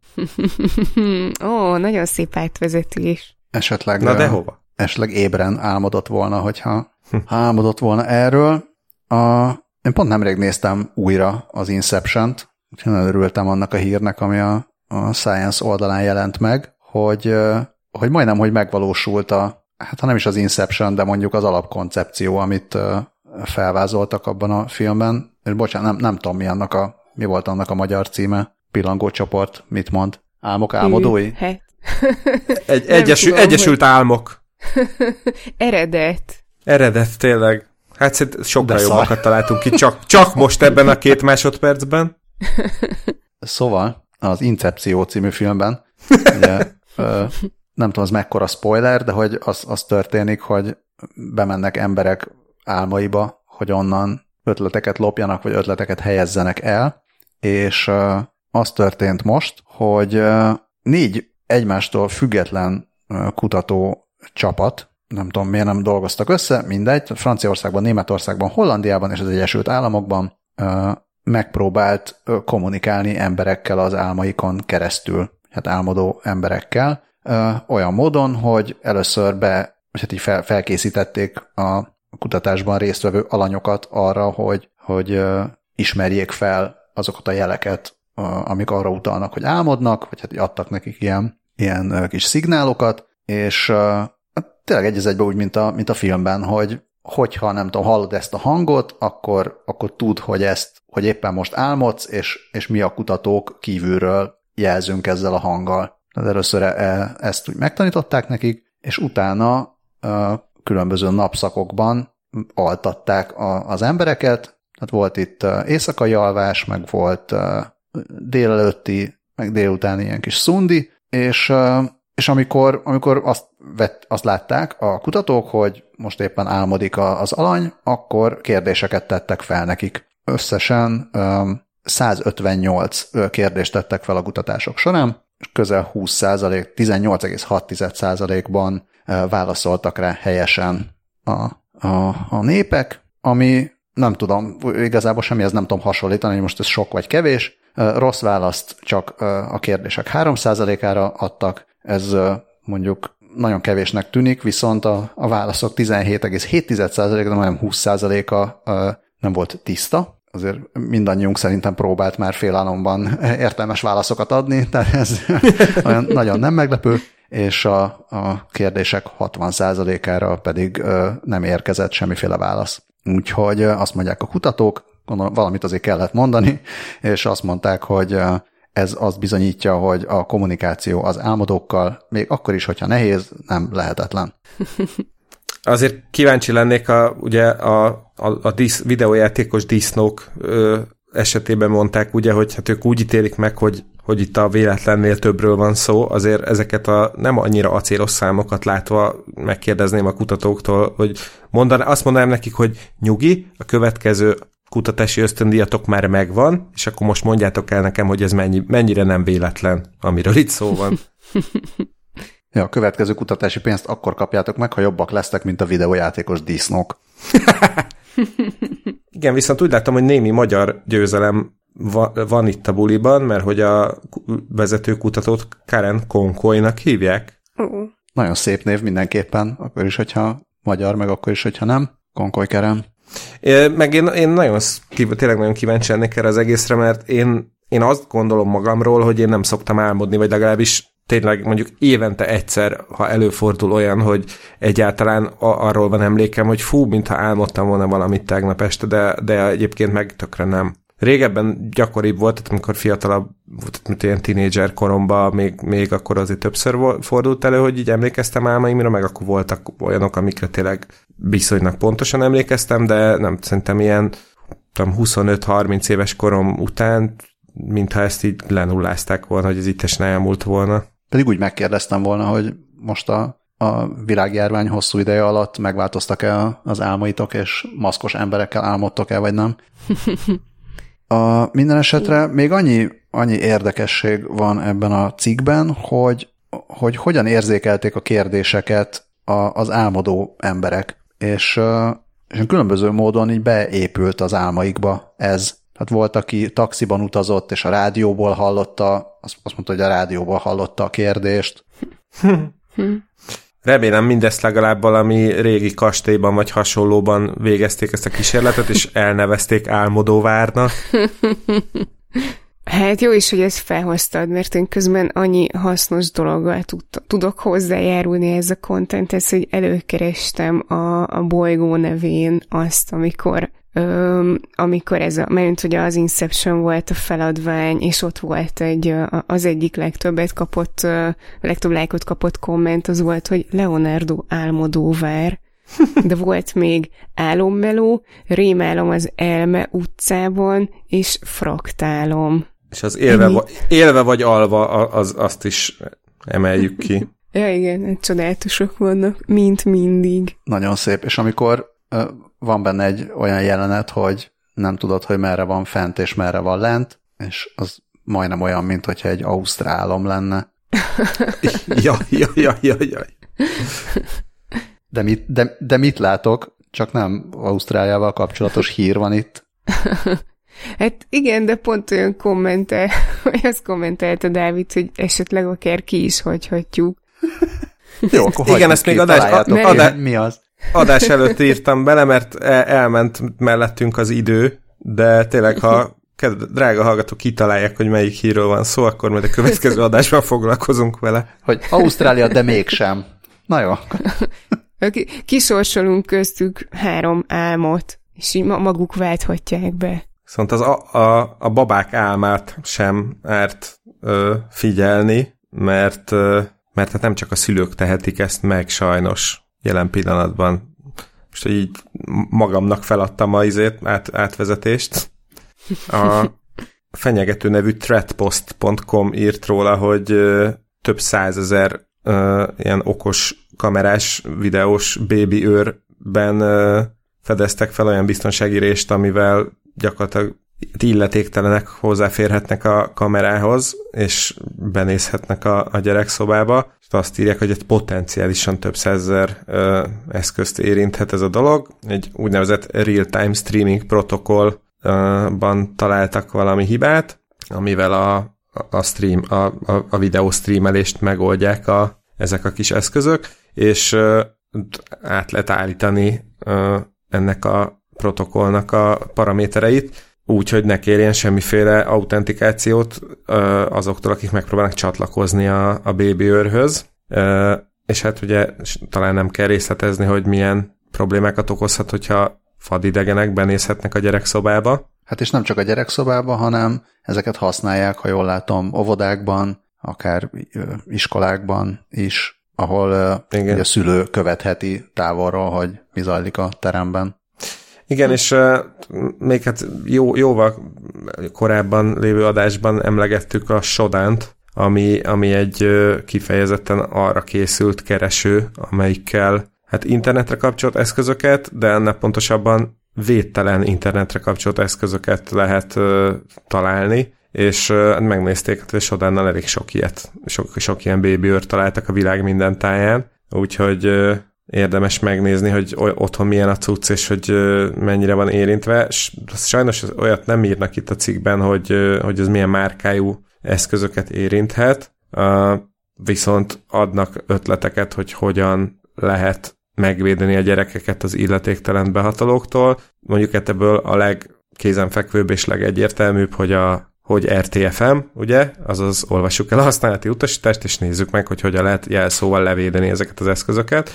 Ó, nagyon szép átvezetés. Esetleg, Na de hova? Esetleg ébren álmodott volna, hogyha ha álmodott volna erről. A, én pont nemrég néztem újra az Inception-t, úgyhogy nagyon örültem annak a hírnek, ami a, a Science oldalán jelent meg, hogy, hogy majdnem, hogy megvalósult a, hát ha nem is az Inception, de mondjuk az alapkoncepció, amit felvázoltak abban a filmben. És bocsánat, nem, nem tudom, mi, annak a, mi volt annak a magyar címe. Pillangócsoport, mit mond? Álmok álmodói? Hát. Egy, egyesül, tudom, egyesült hogy... álmok. Eredet. Eredet, tényleg. Hát szerintem sokkal jobbakat találtunk ki, csak, csak most ebben a két másodpercben. Szóval az Incepció című filmben, ugye, ö, nem tudom, az mekkora spoiler, de hogy az, az történik, hogy bemennek emberek álmaiba, hogy onnan ötleteket lopjanak, vagy ötleteket helyezzenek el, és ö, az történt most, hogy ö, négy egymástól független ö, kutató csapat, nem tudom, miért nem dolgoztak össze, mindegy, Franciaországban, Németországban, Hollandiában és az Egyesült Államokban ö, megpróbált ö, kommunikálni emberekkel az álmaikon keresztül, hát álmodó emberekkel, ö, olyan módon, hogy először be, hát így fel, felkészítették a kutatásban résztvevő alanyokat arra, hogy, hogy ö, ismerjék fel azokat a jeleket, ö, amik arra utalnak, hogy álmodnak, vagy hát adtak nekik ilyen, ilyen ö, kis szignálokat, és ö, tényleg egy az egyben úgy, mint a, mint a filmben, hogy hogyha nem tudom, hallod ezt a hangot, akkor, akkor tudd, hogy ezt, hogy éppen most álmodsz, és, és mi a kutatók kívülről jelzünk ezzel a hanggal. Tehát először e, ezt úgy megtanították nekik, és utána e, különböző napszakokban altatták a, az embereket. Tehát volt itt éjszakai alvás, meg volt e, délelőtti meg délután ilyen kis szundi, és, és amikor, amikor azt, vett, azt látták a kutatók, hogy most éppen álmodik az alany, akkor kérdéseket tettek fel nekik. Összesen százötvennyolc kérdést tettek fel a kutatások során, és közel húsz százalék, tizennyolc egész hat százalékban válaszoltak rá helyesen a, a, a népek, ami nem tudom, igazából semmihez nem tudom hasonlítani, hogy most ez sok vagy kevés. Rossz választ csak a kérdések három százalékára adtak, ez mondjuk nagyon kevésnek tűnik, viszont a, a válaszok tizenhét egész hét százaléka, de majdnem húsz százaléka nem volt tiszta. Azért mindannyiunk szerintem próbált már félálomban értelmes válaszokat adni, tehát ez olyan nagyon nem meglepő, és a, a kérdések hatvan százalékára pedig nem érkezett semmiféle válasz. Úgyhogy azt mondják a kutatók, gondolom, valamit azért kellett mondani, és azt mondták, hogy ez azt bizonyítja, hogy a kommunikáció az álmodókkal, még akkor is, hogyha nehéz, nem lehetetlen. Azért kíváncsi lennék, a, ugye a, a, a disz, videójátékos disznók ö, esetében mondták, ugye, hogy hát ők úgy ítélik meg, hogy, hogy itt a véletlennél többről van szó, azért ezeket a nem annyira acélos számokat látva megkérdezném a kutatóktól, hogy mondaná, azt mondanám nekik, hogy nyugi, a következő kutatási ösztöndíjatok már megvan, és akkor most mondjátok el nekem, hogy ez mennyi, mennyire nem véletlen, amiről itt szó van. Ja, a következő kutatási pénzt akkor kapjátok meg, ha jobbak lesztek, mint a videójátékos disznók. Igen, viszont úgy láttam, hogy némi magyar győzelem va- van itt a buliban, mert hogy a vezető kutatót Karen Konkolynak hívják. Uh. Nagyon szép név mindenképpen, akkor is, hogyha magyar, meg akkor is, hogyha nem. Konkoly Karen. É, meg én, én nagyon, tényleg nagyon kíváncsi lennék erre az egészre, mert én, én azt gondolom magamról, hogy én nem szoktam álmodni, vagy legalábbis tényleg mondjuk évente egyszer, ha előfordul olyan, hogy egyáltalán a- arról van emlékem, hogy fú, mintha álmodtam volna valamit tegnap este, de, de egyébként meg tökre nem. Régebben gyakoribb volt, tehát amikor fiatalabb volt, mint ilyen tínédzser koromban, még, még akkor azért többször fordult elő, hogy így emlékeztem álmaimra, meg akkor voltak olyanok, amikre tényleg viszonylag pontosan emlékeztem, de nem, szerintem ilyen huszonöt-harminc éves korom után, mintha ezt így lenullázták volna, hogy ez itt is ne elmúlt volna. Pedig úgy megkérdeztem volna, hogy most a, a világjárvány hosszú ideje alatt megváltoztak-e az álmaitok, és maszkos emberekkel álmodtok-e, vagy nem? A, minden esetre még annyi, annyi érdekesség van ebben a cikkben, hogy, hogy hogyan érzékelték a kérdéseket a, az álmodó emberek, és, és különböző módon így beépült az álmaikba ez. Tehát volt, aki taxiban utazott, és a rádióból hallotta, azt mondta, hogy a rádióból hallotta a kérdést. Remélem mindezt legalább valami régi kastélyban vagy hasonlóban végezték ezt a kísérletet, és elnevezték Álmodóvárnak. Hát jó is, hogy ezt felhoztad, mert én közben annyi hasznos dologgal tudok hozzájárulni ez a contenthez, hogy előkerestem a, a bolygó nevén azt, amikor Öm, amikor ez a, mert ugye az Inception volt a feladvány, és ott volt egy, az egyik legtöbbet kapott, legtöbb lájkot kapott komment, az volt, hogy Leonardo Álmodóvár, de volt még Álommeló, Rémálom az Elme utcában, és Fraktálom. És az élve, va, élve vagy alva, az, azt is emeljük ki. Ja igen, csodálatosok vannak, mint mindig. Nagyon szép, és amikor van benne egy olyan jelenet, hogy nem tudod, hogy merre van fent és merre van lent, és az majdnem olyan, mint hogyha egy ausztrálom lenne. Jaj, jaj, jaj, jaj, jaj. De mit, de, de mit látok? Csak nem Ausztráliával kapcsolatos hír van itt. Hát igen, de pont olyan kommentel, vagy azt kommentelte Dávid, hogy esetleg akár ki is hagyhatjuk. Jó, akkor igen, ezt még adás, a, adás, mi az? Adás előtt írtam bele, mert elment mellettünk az idő, de tényleg, ha drága hallgatók kitalálják, hogy melyik hírről van szó, akkor majd a következő adásban foglalkozunk vele. Hogy Ausztrália, de mégsem. Na jó. Kisorsolunk köztük három álmot, és így maguk válthatják be. Szóval az a, a, a babák álmát sem árt ö, figyelni, mert, ö, mert hát nem csak a szülők tehetik ezt meg sajnos jelen pillanatban. Most, hogy így magamnak feladtam a izét, át, átvezetést. A, fenyegető nevű threatpost pont com írt róla, hogy ö, több százezer ö, ilyen okos kamerás, videós baby őrben ö, fedeztek fel olyan biztonsági rést, amivel gyakorlatilag illetéktelenek hozzáférhetnek a kamerához, és benézhetnek a, a gyerekszobába, és azt írják, hogy egy potenciálisan több százezer ö, eszközt érinthet ez a dolog. Egy úgynevezett real-time streaming protokollban találtak valami hibát, amivel a, a, stream, a, a, a videó streamelést megoldják a, ezek a kis eszközök, és ö, át lehet állítani ö, ennek a protokollnak a paramétereit, úgy, hogy ne kérjen semmiféle autentikációt ö, azoktól, akik megpróbálnak csatlakozni a, a baby őrhöz. Ö, és hát ugye talán nem kell részletezni, hogy milyen problémákat okozhat, hogyha fadidegenek benézhetnek a gyerekszobába. Hát és nem csak a gyerekszobába, hanem ezeket használják, ha jól látom, óvodákban, akár iskolákban is, ahol a szülő követheti távolról, hogy mi zajlik a teremben. Igen, és uh, még hát jó, jóval korábban lévő adásban emlegettük a Shodan-t, ami, ami egy uh, kifejezetten arra készült kereső, amelyikkel hát internetre kapcsolt eszközöket, de ennek pontosabban védtelen internetre kapcsolt eszközöket lehet uh, találni, és uh, megnézték, hogy a Shodannal elég sok ilyet, sok, sok ilyen baby őrt találtak a világ minden táján, úgyhogy uh, érdemes megnézni, hogy otthon milyen a cucc, és hogy mennyire van érintve. Sajnos olyat nem írnak itt a cikkben, hogy, hogy ez milyen márkájú eszközöket érinthet, viszont adnak ötleteket, hogy hogyan lehet megvédeni a gyerekeket az illetéktelen behatolóktól. Mondjuk ebből a legkézenfekvőbb és legegyértelműbb, hogy a hogy er té ef em, ugye, azaz olvassuk el a használati utasítást, és nézzük meg, hogy hogyan lehet jelszóval levédeni ezeket az eszközöket.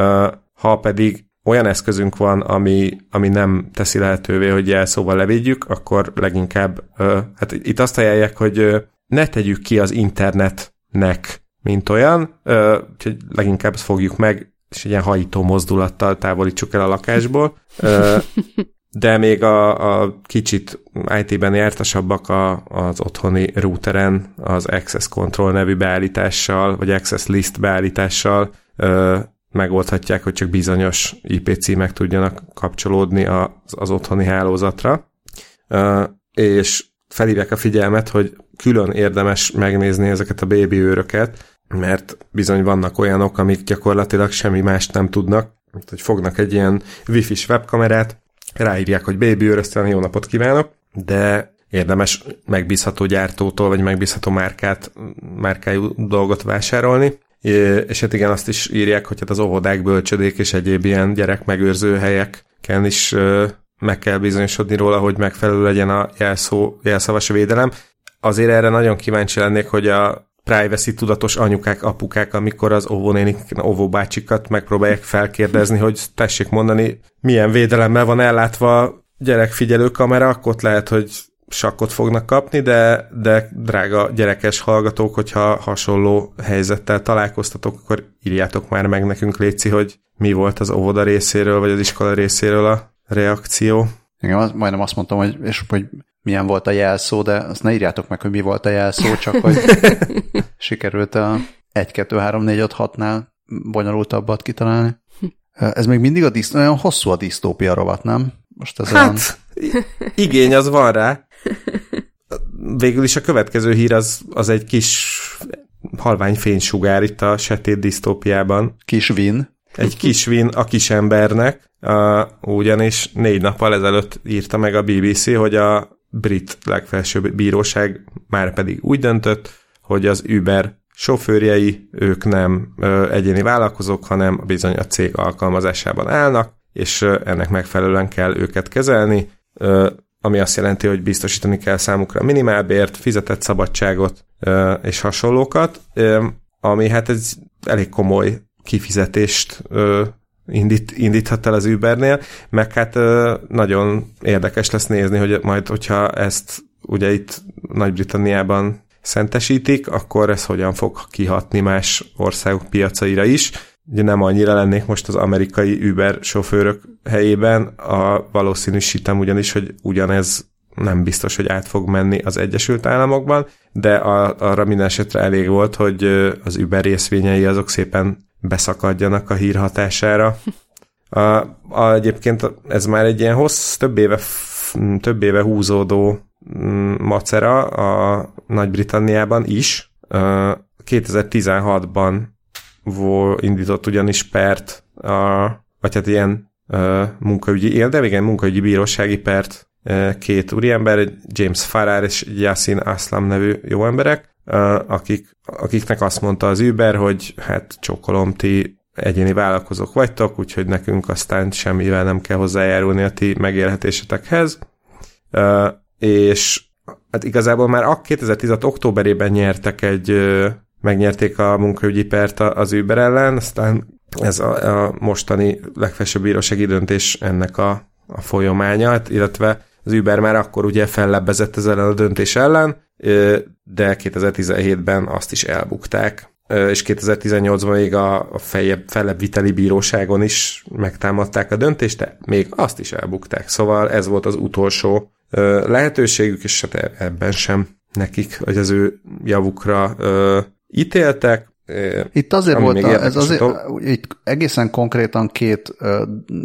Ha pedig olyan eszközünk van, ami, ami nem teszi lehetővé, hogy jelszóval levédjük, akkor leginkább, hát itt azt ajánlják, hogy ne tegyük ki az internetnek, mint olyan, úgyhogy leginkább ezt fogjuk meg, és egy ilyen hajító mozdulattal távolítsuk el a lakásból. De még a, a kicsit í té-ben jártasabbak a, az otthoni routeren az Access Control nevű beállítással, vagy Access List beállítással ö, megoldhatják, hogy csak bizonyos í pé címek tudjanak kapcsolódni az, az otthoni hálózatra. Ö, és felhívják a figyelmet, hogy külön érdemes megnézni ezeket a baby őröket, mert bizony vannak olyanok, amik gyakorlatilag semmi mást nem tudnak, hogy fognak egy ilyen wifi-s webkamerát, ráírják, hogy baby őr, aztán jó napot kívánok, de érdemes megbízható gyártótól, vagy megbízható márkát, márkájú dolgot vásárolni. És hát igen, azt is írják, hogy hát az óvodák, bölcsödék és egyéb ilyen gyerekmegőrző helyeken is meg kell bizonyosodni róla, hogy megfelelő legyen a jelszó, jelszavas védelem. Azért erre nagyon kíváncsi lennék, hogy a privacy tudatos anyukák, apukák, amikor az óvónénik, óvóbácsikat megpróbálják felkérdezni, hogy tessék mondani, milyen védelemmel van ellátva a gyerekfigyelő kamera, akkor ott lehet, hogy sakkot fognak kapni, de, de drága gyerekes hallgatók, hogyha hasonló helyzettel találkoztatok, akkor írjátok már meg nekünk, létszi, hogy mi volt az óvoda részéről, vagy az iskola részéről a reakció. Igen, majdnem azt mondtam, hogy, és hogy milyen volt a jelszó, de azt ne írjátok meg, hogy mi volt a jelszó, csak hogy sikerült a egy, kettő, három, négy, öt, hatnál bonyolultabbat kitalálni. Ez még mindig a diszt- olyan hosszú a disztópia rovat, nem? Most ez hát, olyan... igény az van rá. Végül is a következő hír az, az egy kis halvány fénysugár itt a sötét disztópiában. Kis vin. Egy kis vin a kis embernek, uh, ugyanis négy nappal ezelőtt írta meg a bé bé cé, hogy a brit legfelsőbb bíróság már pedig úgy döntött, hogy az Uber sofőrjei, ők nem ö, egyéni vállalkozók, hanem bizony a cég alkalmazásában állnak, és ö, ennek megfelelően kell őket kezelni, ö, ami azt jelenti, hogy biztosítani kell számukra minimálbért, fizetett szabadságot ö, és hasonlókat, ö, ami hát ez elég komoly kifizetést ö, indít, indíthat el az Ubernél, meg hát ö, nagyon érdekes lesz nézni, hogy majd, hogyha ezt ugye itt Nagy-Britanniában szentesítik, akkor ez hogyan fog kihatni más országok piacaira is. Ugye nem annyira lennék most az amerikai Uber sofőrök helyében, a valószínűsítem ugyanis, hogy ugyanez nem biztos, hogy át fog menni az Egyesült Államokban, de a, arra minden esetre elég volt, hogy az Uber részvényei azok szépen beszakadjanak a hír hatására. A, a, egyébként ez már egy ilyen hossz, több éve, több éve húzódó macera a Nagy-Britanniában is. kétezer-tizenhatban indított ugyanis pert, a, vagy hát ilyen uh, munkaügyi, de igen, munkaügyi bírósági pert uh, két úriember, James Farrar és Yassin Aslam nevű jó emberek, uh, akik, akiknek azt mondta az Uber, hogy hát csókolom, ti egyéni vállalkozók vagytok, úgyhogy nekünk aztán semmivel nem kell hozzájárulni a ti megélhetésetekhez. Uh, és hát igazából már a kétezer-tizenhat októberében nyertek egy, uh, megnyerték a munkaügyi pert az Uber ellen, aztán ez a, a mostani legfelsőbb bírósági döntés ennek a, a folyamánya, illetve az Uber már akkor ugye fellebbezett ezzel a döntés ellen, de kétezer-tizenhétben azt is elbukták, és kétezer-tizennyolcban még a, a feljebb, felebb viteli bíróságon is megtámadták a döntést, de még azt is elbukták. Szóval ez volt az utolsó lehetőségük, és hát ebben sem nekik, hogy az ő javukra ítéltek. Itt azért volt, a, ez azért, itt egészen konkrétan két uh,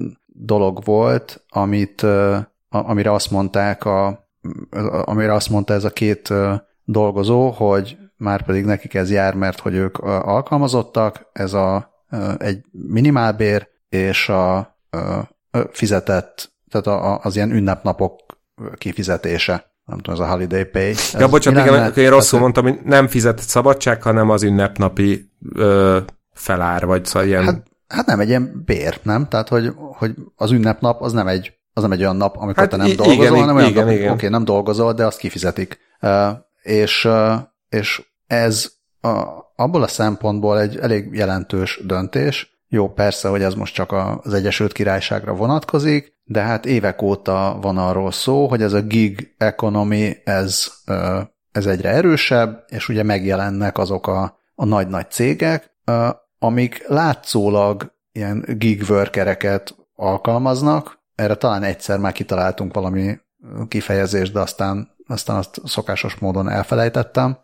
dolog volt, amit, uh, amire azt mondták, a, amire azt mondta ez a két uh, dolgozó, hogy már pedig nekik ez jár, mert hogy ők uh, alkalmazottak, ez a, uh, egy minimálbér, és a uh, fizetett, tehát a, az ilyen ünnepnapok kifizetése. Nem tudom, ez a holiday pay. Ja, bocsánat, igen, én rosszul mondtam, hogy nem fizetett szabadság, hanem az ünnepnapi ö, felár, vagy szóval ilyen... Hát, hát nem egy ilyen bér, nem? Tehát, hogy, hogy az ünnepnap az nem egy, az nem egy olyan nap, amikor hát te nem i- dolgozol, igen, hanem olyan igen, nap, oké, okay, nem dolgozol, de azt kifizetik. Uh, és, uh, és ez a, abból a szempontból egy elég jelentős döntés. Jó, persze, hogy ez most csak az Egyesült Királyságra vonatkozik, de hát évek óta van arról szó, hogy ez a gig economy, ez, ez egyre erősebb, és ugye megjelennek azok a, a nagy-nagy cégek, amik látszólag ilyen gig workereket alkalmaznak. Erre talán egyszer már kitaláltunk valami kifejezést, de aztán, aztán azt szokásos módon elfelejtettem.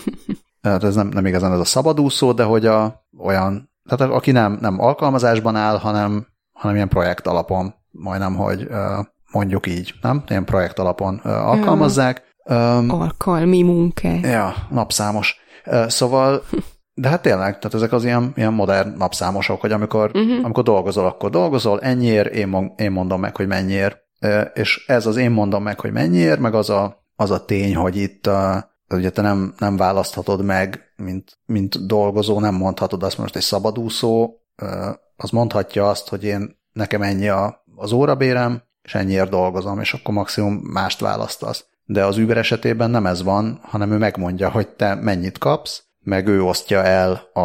Tehát ez nem, nem igazán ez a szabadúszó, de hogy a, olyan, tehát aki nem, nem alkalmazásban áll, hanem, hanem ilyen projekt alapon, majdnem, hogy mondjuk így, nem? Ilyen projekt alapon alkalmazzák. Um, Alkalmi munkák. Ja, napszámos. Szóval, de hát tényleg, tehát ezek az ilyen, ilyen modern napszámosok, hogy amikor, uh-huh. amikor dolgozol, akkor dolgozol, ennyiért, én, én mondom meg, hogy mennyiért. És ez az én mondom meg, hogy mennyiért, meg az a, az a tény, hogy itt ugye te nem, nem választhatod meg, mint, mint dolgozó, nem mondhatod azt, most egy szabadúszó, az mondhatja azt, hogy én nekem ennyi a, az órabérem, és ennyiért dolgozom, és akkor maximum mást választasz. De az Uber esetében nem ez van, hanem ő megmondja, hogy te mennyit kapsz, meg ő osztja el a,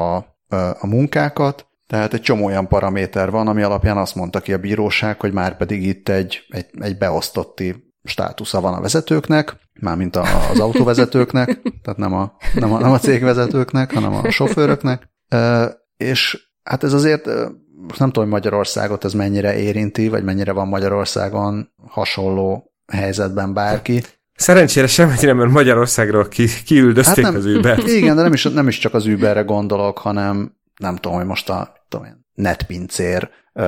a munkákat, tehát egy csomó olyan paraméter van, ami alapján azt mondta ki a bíróság, hogy már pedig itt egy, egy, egy beosztotti státusza van a vezetőknek, mármint az autóvezetőknek, tehát nem a, nem, a, nem a cégvezetőknek, hanem a sofőröknek. E, és hát ez azért, nem tudom, hogy Magyarországot ez mennyire érinti, vagy mennyire van Magyarországon hasonló helyzetben bárki. Szerencsére semmennyire, mert Magyarországról ki, kiüldözték hát az Ubert. Igen, de nem is, nem is csak az Uberre gondolok, hanem nem tudom, hogy most a tudom én, netpincér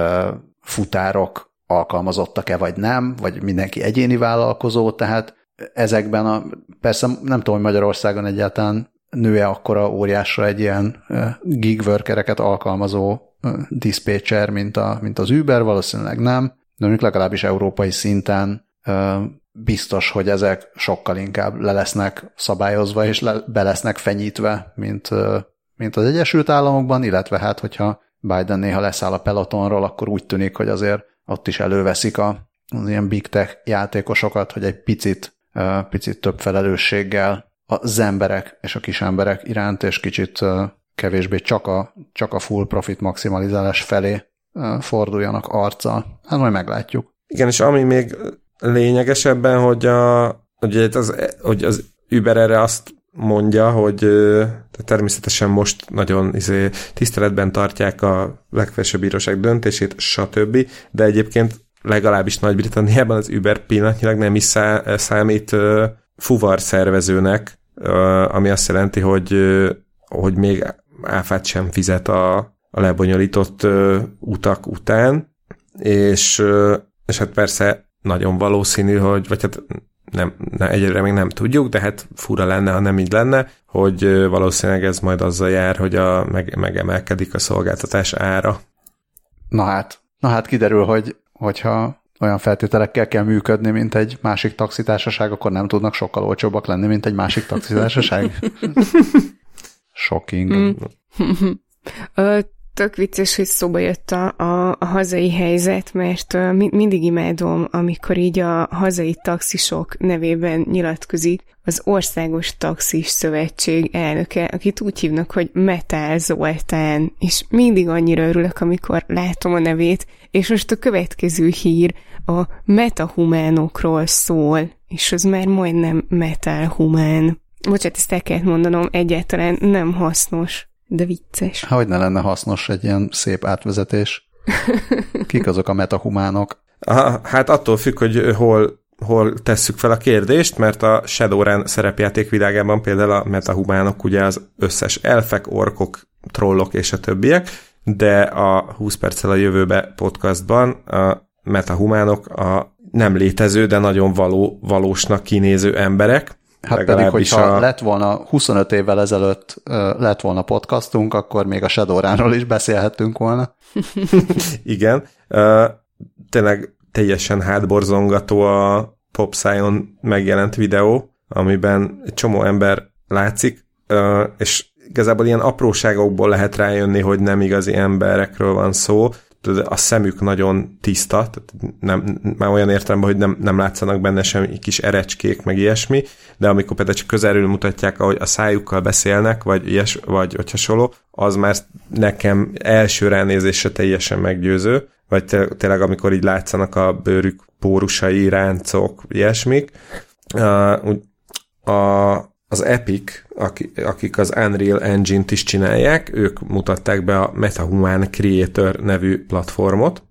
futárok alkalmazottak-e, vagy nem, vagy mindenki egyéni vállalkozó, tehát ezekben a, persze nem tudom, hogy Magyarországon egyáltalán nő-e akkora óriásra egy ilyen gig workereket alkalmazó dispatcher, mint, a, mint az Uber, valószínűleg nem, de mondjuk legalábbis európai szinten biztos, hogy ezek sokkal inkább le lesznek szabályozva, és le, be lesznek fenyítve, mint, mint az Egyesült Államokban, illetve hát, hogyha Biden néha leszáll a pelotonról, akkor úgy tűnik, hogy azért ott is előveszik a, az ilyen big tech játékosokat, hogy egy picit, picit több felelősséggel az emberek és a kis emberek iránt, és kicsit kevésbé csak a, csak a full profit maximalizálás felé forduljanak arccal. Hát majd meglátjuk. Igen, és ami még lényegesebben, hogy, a, hogy, az, hogy az Uber erre azt mondja, hogy természetesen most nagyon izé, tiszteletben tartják a legfelsőbb bíróság döntését, stb., de egyébként legalábbis Nagy-Britanniában az Uber pillanatnyilag nem is szá- számít uh, fuvar szervezőnek, uh, ami azt jelenti, hogy, uh, hogy még áfát sem fizet a, a lebonyolított uh, utak után, és, uh, és hát persze nagyon valószínű, hogy, vagy hát nem, nem, egyre még nem tudjuk, de hát fura lenne, ha nem így lenne, hogy uh, valószínűleg ez majd azzal jár, hogy a, meg, megemelkedik a szolgáltatás ára. Na hát, na hát kiderül, hogy hogyha olyan feltételekkel kell működni, mint egy másik taxitársaság, akkor nem tudnak sokkal olcsóbbak lenni, mint egy másik taxitársaság. Shocking. Mm. Tök vicces, hogy szóba jött a, a, a hazai helyzet, mert uh, mindig imádom, amikor így a hazai taxisok nevében nyilatkozik az Országos Taxis Szövetség elnöke, akit úgy hívnak, hogy Metál Zoltán, és mindig annyira örülök, amikor látom a nevét, és most a következő hír a metahumánokról szól, és az már majdnem metálhumán. Bocsát, ezt el kellett mondanom, egyáltalán nem hasznos. De vicces. Hogy ne lenne hasznos egy ilyen szép átvezetés? Kik azok a metahumánok? Aha, hát attól függ, hogy hol, hol tesszük fel a kérdést, mert a Shadowrun szerepjáték világában például a metahumánok ugye az összes elfek, orkok, trollok és a többiek, de a húsz perccel a jövőbe podcastban a metahumánok a nem létező, de nagyon való, valósnak kinéző emberek. Hát pedig, hogyha a... lett volna huszonöt évvel ezelőtt uh, lett volna podcastunk, akkor még a Shadowrunról is beszélhettünk volna. Igen. Uh, tényleg teljesen hátborzongató a PopScion megjelent videó, amiben egy csomó ember látszik, uh, és igazából ilyen apróságokból lehet rájönni, hogy nem igazi emberekről van szó. A szemük nagyon tiszta, tehát nem, már olyan értelemben, hogy nem, nem látszanak benne sem kis erecskék, meg ilyesmi, de amikor például csak közelről mutatják, ahogy a szájukkal beszélnek, vagy, ilyes, vagy, vagy hasonló, az már nekem első ránézésre teljesen meggyőző, vagy tényleg amikor így látszanak a bőrük pórusai, ráncok, ilyesmik. A, az Epic, akik az Unreal Engine-t is csinálják, ők mutatták be a MetaHuman Creator nevű platformot,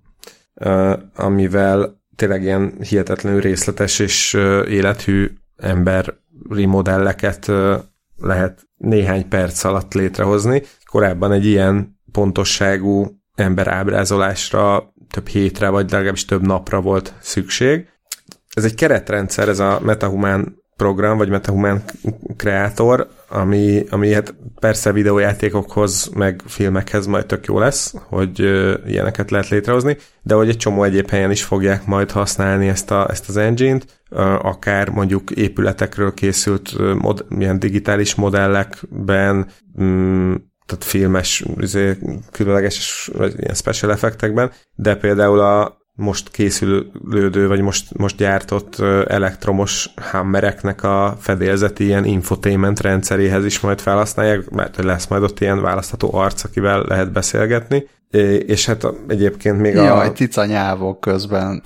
amivel tényleg ilyen hihetetlenül részletes és élethű emberi modelleket lehet néhány perc alatt létrehozni. Korábban egy ilyen pontosságú emberábrázolásra több hétre, vagy legalábbis több napra volt szükség. Ez egy keretrendszer, ez a MetaHuman program, vagy MetaHuman Creator, ami, ami hát persze videójátékokhoz, meg filmekhez majd tök jó lesz, hogy uh, ilyeneket lehet létrehozni, de hogy egy csomó egyéb helyen is fogják majd használni ezt, a, ezt az engine-t, uh, akár mondjuk épületekről készült uh, mod, ilyen digitális modellekben, um, tehát filmes, különleges, vagy ilyen special effektekben, de például a most készülődő, vagy most, most gyártott elektromos hammereknek a fedélzeti ilyen infotainment rendszeréhez is majd felhasználják, mert lesz majd ott ilyen választható arc, akivel lehet beszélgetni, és hát egyébként még Jaj, a... Jaj, cica nyávok közben.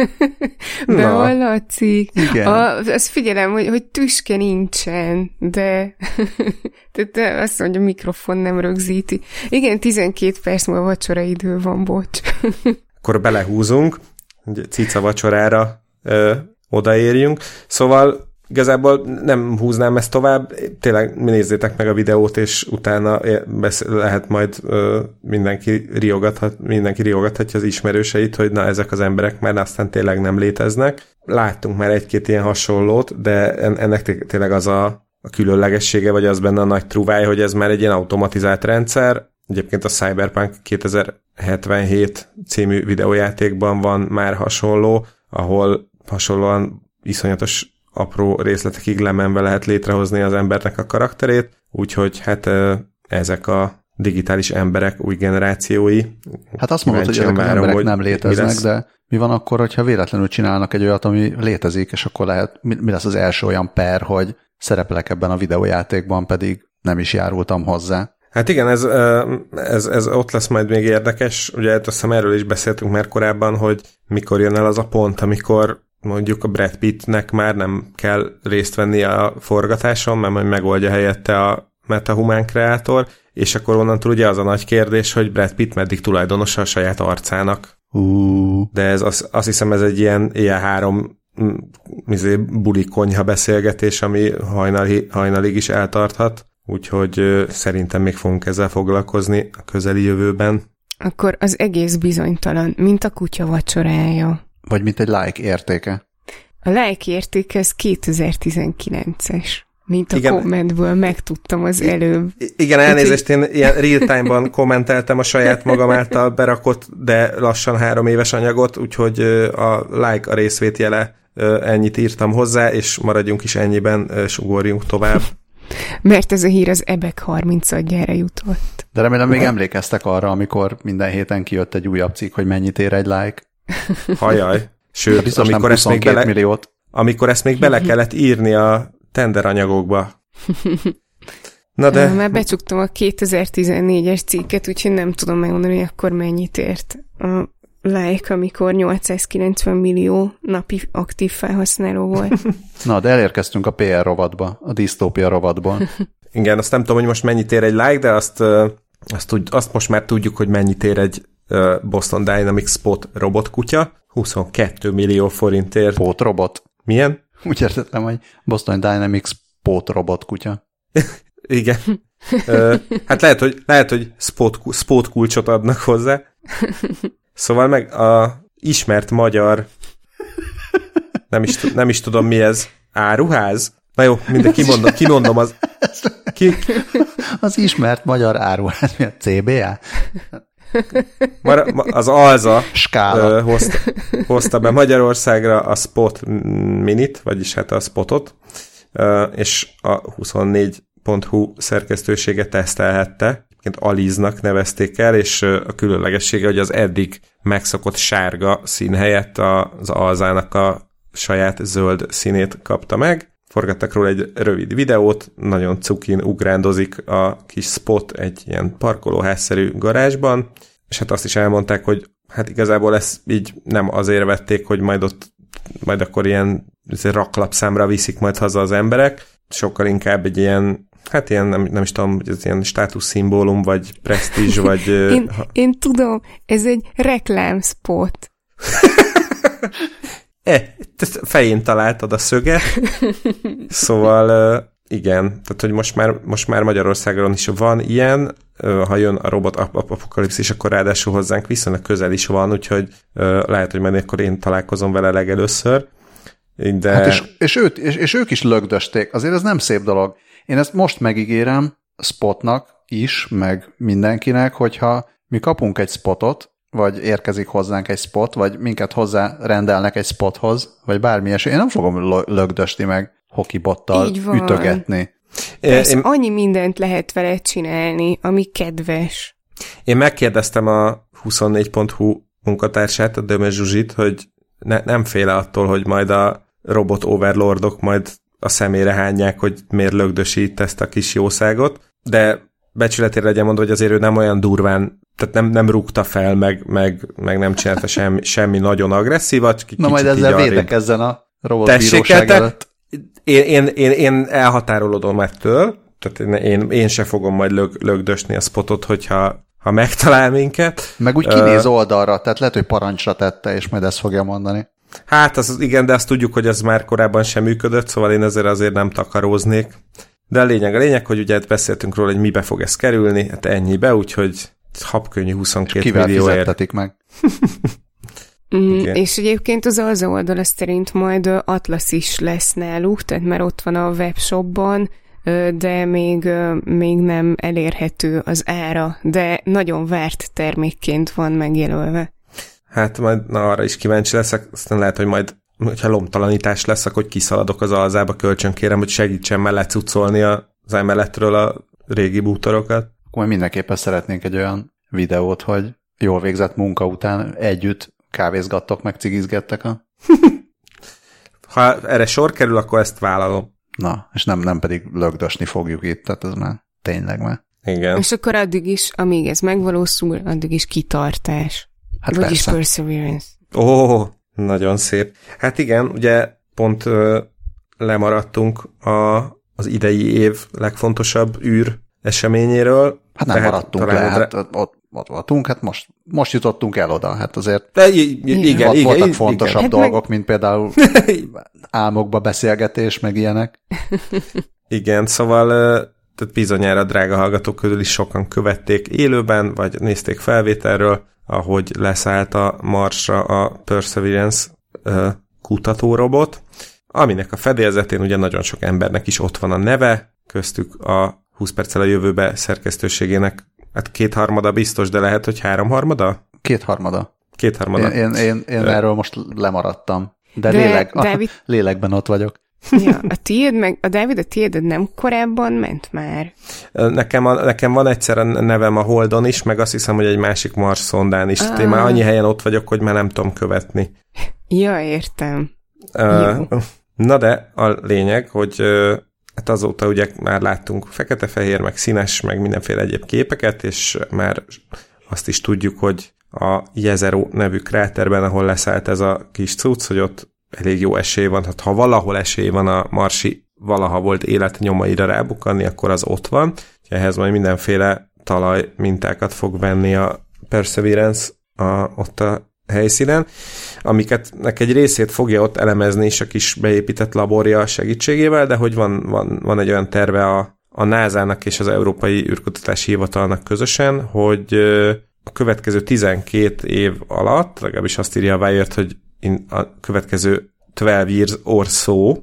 De hol latszik? Igen. A, azt figyelem, hogy, hogy tüske nincsen, de... de azt mondja, a mikrofon nem rögzíti. Igen, tizenkét perc múlva vacsoraidő van, bocs. Akkor belehúzunk, hogy cica vacsorára ö, odaérjünk. Szóval igazából nem húznám ezt tovább, tényleg nézzétek meg a videót, és utána beszél, lehet majd ö, mindenki, riogathat, mindenki riogathatja az ismerőseit, hogy na ezek az emberek már aztán tényleg nem léteznek. Láttunk már egy-két ilyen hasonlót, de ennek tényleg az a, a különlegessége, vagy az benne a nagy trúvája, hogy ez már egy ilyen automatizált rendszer. Egyébként a Cyberpunk kétezer-hetvenhét című videójátékban van már hasonló, ahol hasonlóan iszonyatos apró részletekig lemenve lehet létrehozni az embernek a karakterét, úgyhogy hát ezek a digitális emberek új generációi. Hát azt mondod, hogy ezek az várom, emberek nem léteznek, mi de mi van akkor, hogyha véletlenül csinálnak egy olyat, ami létezik, és akkor lehet, mi lesz az első olyan per, hogy szereplek ebben a videójátékban, pedig nem is járultam hozzá. Hát igen, ez, ez, ez ott lesz majd még érdekes, ugye azt hiszem erről is beszéltünk már korábban, hogy mikor jön el az a pont, amikor mondjuk a Brad Pittnek már nem kell részt venni a forgatáson, mert majd megoldja helyette a MetaHuman Creator, és akkor onnantól ugye az a nagy kérdés, hogy Brad Pitt meddig tulajdonosa a saját arcának. Uh. De ez az, azt hiszem ez egy ilyen ilyen három izé, buli konyha beszélgetés, ami hajnali, hajnalig is eltarthat, úgyhogy ö, szerintem még fogunk ezzel foglalkozni a közeli jövőben. Akkor az egész bizonytalan, mint a kutya vacsorája. Vagy mint egy like értéke. A like értéke ez kétezer-tizenkilences. Mint a igen. kommentből megtudtam az előbb. Igen, elnézést, én ilyen real-time-ban kommenteltem a saját magam által berakott, de lassan három éves anyagot, úgyhogy a like a részvétjele, ennyit írtam hozzá, és maradjunk is ennyiben, sugorjunk tovább. Mert ez a hír az ebek harmincadjára jutott. De remélem még emlékeztek arra, amikor minden héten kijött egy újabb cikk, hogy mennyit ér egy like. Hajaj. Sőt, biztos amikor nem ezt, még bele, milliót. amikor ezt még bele kellett írni a tender anyagokba. Na de... Már becsuktam a kétezer-tizennégyes cikket, úgyhogy nem tudom megmondani, hogy akkor mennyit ért a like, amikor nyolcszázkilencven millió napi aktív felhasználó volt. Na, de elérkeztünk a pé er rovatba, a disztópia rovatból. Igen, azt nem tudom, hogy most mennyit ér egy like, de azt, azt, tud, azt most már tudjuk, hogy mennyit ér egy Boston Dynamics Spot robotkutya. huszonkettő millió forintért. Spot robot. Milyen? Úgy értettem, hogy Boston Dynamics Spot robotkutya. Igen. Hát lehet, hogy, lehet, hogy spot, spot kulcsot adnak hozzá. Szóval meg a ismert magyar, nem is, nem is tudom mi ez, áruház? Na jó, minden kimondom, kimondom az... Ki... Az ismert magyar áruház, mi a cé bé á? Az Alza Skála. hozta, hozta be Magyarországra a Spot Minit, vagyis hát a Spotot, és a huszonnégy pont hu szerkesztősége tesztelhette. Aliznak nevezték el, és a különlegessége, hogy az eddig megszokott sárga szín helyett az Alzának a saját zöld színét kapta meg. Forgattak róla egy rövid videót, nagyon cukin ugrándozik a kis Spot egy ilyen parkolóházszerű garázsban, és hát azt is elmondták, hogy hát igazából ezt így nem azért vették, hogy majd ott majd akkor ilyen raklapszámra viszik majd haza az emberek, sokkal inkább egy ilyen hát ilyen, nem, nem is tudom, hogy ez ilyen státuszszimbólum, vagy presztízs, vagy... én, én tudom, ez egy reklámspot. e, fején találtad a szöget. Szóval igen, tehát hogy most már, most már Magyarországon is van ilyen, ha jön a robot apokalipszis, akkor ráadásul hozzánk viszonylag közel is van, úgyhogy lehet, hogy majd akkor én találkozom vele legelőször. De... Hát és, és, őt, és, és ők is lögdösték, azért ez nem szép dolog. Én ezt most megígérem Spotnak is, meg mindenkinek, hogyha mi kapunk egy spotot, vagy érkezik hozzánk egy spot, vagy minket hozzá rendelnek egy spothoz, vagy bármi esély, én nem fogom lögdösni meg hokibottal ütögetni. Persze, én... annyi mindent lehet vele csinálni, ami kedves. Én megkérdeztem a huszonnégy pont hu munkatársát, a Döme Zsuzsit, hogy ne, nem féle attól, hogy majd a robot overlordok majd a szemére hányják, hogy miért lögdösít ezt a kis jószágot, de becsületére legyen mondva, hogy azért ő nem olyan durván, tehát nem, nem rúgta fel, meg, meg, meg nem csinálta semmi, semmi nagyon agresszívat. Na majd ezzel védekezzen a robotbíróság előtt. Én, én, én, én elhatárolodom ettől, tehát én, én se fogom majd lög, lögdösni a Spotot, hogyha ha megtalál minket. Meg úgy kinéz uh, oldalra, tehát lehet, hogy parancsra tette, és majd ezt fogja mondani. Hát az, igen, de azt tudjuk, hogy ez már korábban sem működött, szóval én ezért azért nem takaróznék. De a lényeg, a lényeg, hogy ugye beszéltünk róla, hogy mibe fog ez kerülni, hát ennyibe, úgyhogy habkönnyű huszonkét millióért. Fizettetik meg? Mm, és egyébként az Alza oldala szerint majd Atlasz is lesz náluk, tehát már ott van a webshopban, de még, még nem elérhető az ára, de nagyon várt termékként van megjelölve. Hát majd na, arra is kíváncsi leszek, aztán lehet, hogy majd, hogyha lomtalanítás lesz, akkor kiszaladok az Alzába, kölcsönkérem, hogy segítsen már lecucolni az emeletről a régi bútorokat. Akkor mindenképpen szeretnénk egy olyan videót, hogy jól végzett munka után együtt kávézgattok, meg cigizgettek a... Ha erre sor kerül, akkor ezt vállalom. Na, és nem, nem pedig lögdösni fogjuk itt, tehát ez már tényleg már. Igen. És akkor addig is, amíg ez megvalósul, addig is kitartás. Hát vagyis persze. perseverance. Ó, oh, nagyon szép. Hát igen, ugye pont ö, lemaradtunk a, az idei év legfontosabb űr eseményéről, Hát nem maradtunk le, hát ott, ott voltunk, hát most, most jutottunk el oda, hát azért De i- i- igen, volt, igen, voltak igen, fontosabb igen. dolgok, Hát mint például álmokba beszélgetés, meg ilyenek. Igen, szóval tehát bizonyára drága hallgatók közül is sokan követték élőben, vagy nézték felvételről, ahogy leszállt a Marsra a Perseverance uh, kutatórobot, aminek a fedélzetén ugye nagyon sok embernek is ott van a neve, köztük a húsz perccel a jövőbe szerkesztőségének, hát kétharmada biztos, de lehet, hogy háromharmada? Kétharmada. Kétharmada. Én, én, én, én erről most lemaradtam, de, De lélek, Dávid... a lélekben ott vagyok. Ja, a tiéd meg, a Dávid, a tiéd nem korábban ment már? Nekem, a, nekem van egyszer a nevem a Holdon is, meg azt hiszem, hogy egy másik Mars szondán is. Ah. Én már annyi helyen ott vagyok, hogy már nem tudom követni. Ja, értem. Uh, na de a lényeg, hogy uh, hát azóta ugye már láttunk fekete-fehér, meg színes, meg mindenféle egyéb képeket, és már azt is tudjuk, hogy a Jezero nevű kráterben, ahol leszállt ez a kis cucc, hogy ott elég jó esély van, hát ha valahol esély van a marsi valaha volt élet nyomaira rábukkanni, akkor az ott van. Ehhez majd mindenféle talaj mintákat fog venni a Perseverance a, ott a helyszínen, amiket nek egy részét fogja ott elemezni is a kis beépített laborja segítségével, de hogy van, van, van egy olyan terve a, a nászának és az Európai űrkutatási Hivatalnak közösen, hogy a következő tizenkét év alatt, legalábbis azt írja a Wired, hogy a következő twelve years or so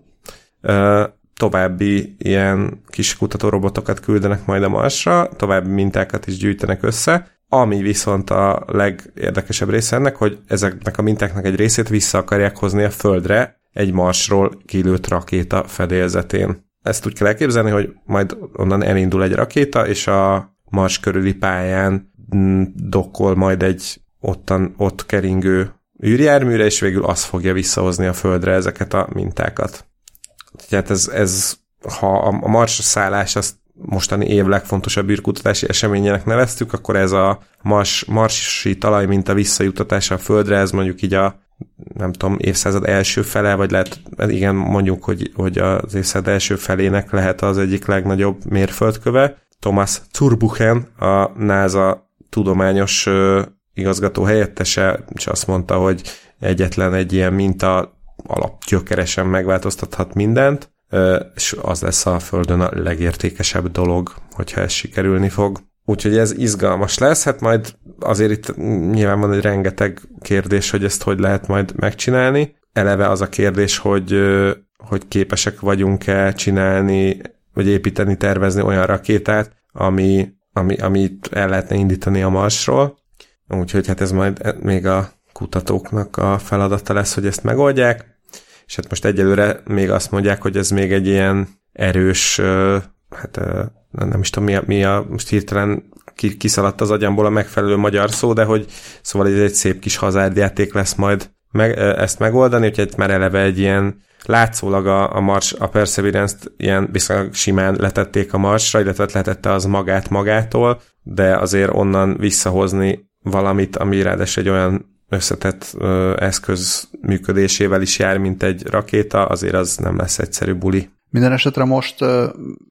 további ilyen kis kutatórobotokat küldenek majd a Marsra, további mintákat is gyűjtenek össze, ami viszont a legérdekesebb része ennek, hogy ezeknek a mintáknak egy részét vissza akarják hozni a Földre egy Marsról kilőtt rakéta fedélzetén. Ezt úgy kell elképzelni, hogy majd onnan elindul egy rakéta, és a Mars körüli pályán dokkol majd egy ottan, ott keringő űrjárműre, és végül az fogja visszahozni a Földre ezeket a mintákat. Tehát ez, ez ha a Mars szállás azt mostani év legfontosabb űrkutatási eseményének neveztük, akkor ez a Mars, marsi talajminta visszajutatása a Földre, ez mondjuk így a nem tudom, évszázad első fele, vagy lehet, igen, mondjuk, hogy, hogy az évszázad első felének lehet az egyik legnagyobb mérföldköve. Thomas Zurbuchen, a NASA tudományos uh, igazgató helyettese, és azt mondta, hogy egyetlen egy ilyen minta alapgyökeresen megváltoztathat mindent, uh, és az lesz a Földön a legértékesebb dolog, hogyha ez sikerülni fog. Úgyhogy ez izgalmas lesz, hát majd azért itt nyilván van egy rengeteg kérdés, hogy ezt hogy lehet majd megcsinálni. Eleve az a kérdés, hogy, hogy képesek vagyunk-e csinálni, vagy építeni, tervezni olyan rakétát, ami, ami, amit el lehetne indítani a Marsról. Úgyhogy hát ez majd még a kutatóknak a feladata lesz, hogy ezt megoldják. És hát most egyelőre még azt mondják, hogy ez még egy ilyen erős, hát nem is tudom, mi a, mi a most hirtelen kiszaladt az agyamból a megfelelő magyar szó, de hogy szóval ez egy szép kis hazárdjáték lesz majd meg, ezt megoldani, úgyhogy már eleve egy ilyen látszólag a, a Mars, a Perseverance-t ilyen viszonylag simán letették a Marsra, illetve letette az magát magától, de azért onnan visszahozni valamit, ami ráadásul egy olyan összetett ö, eszköz működésével is jár, mint egy rakéta, azért az nem lesz egyszerű buli. Minden esetre most uh,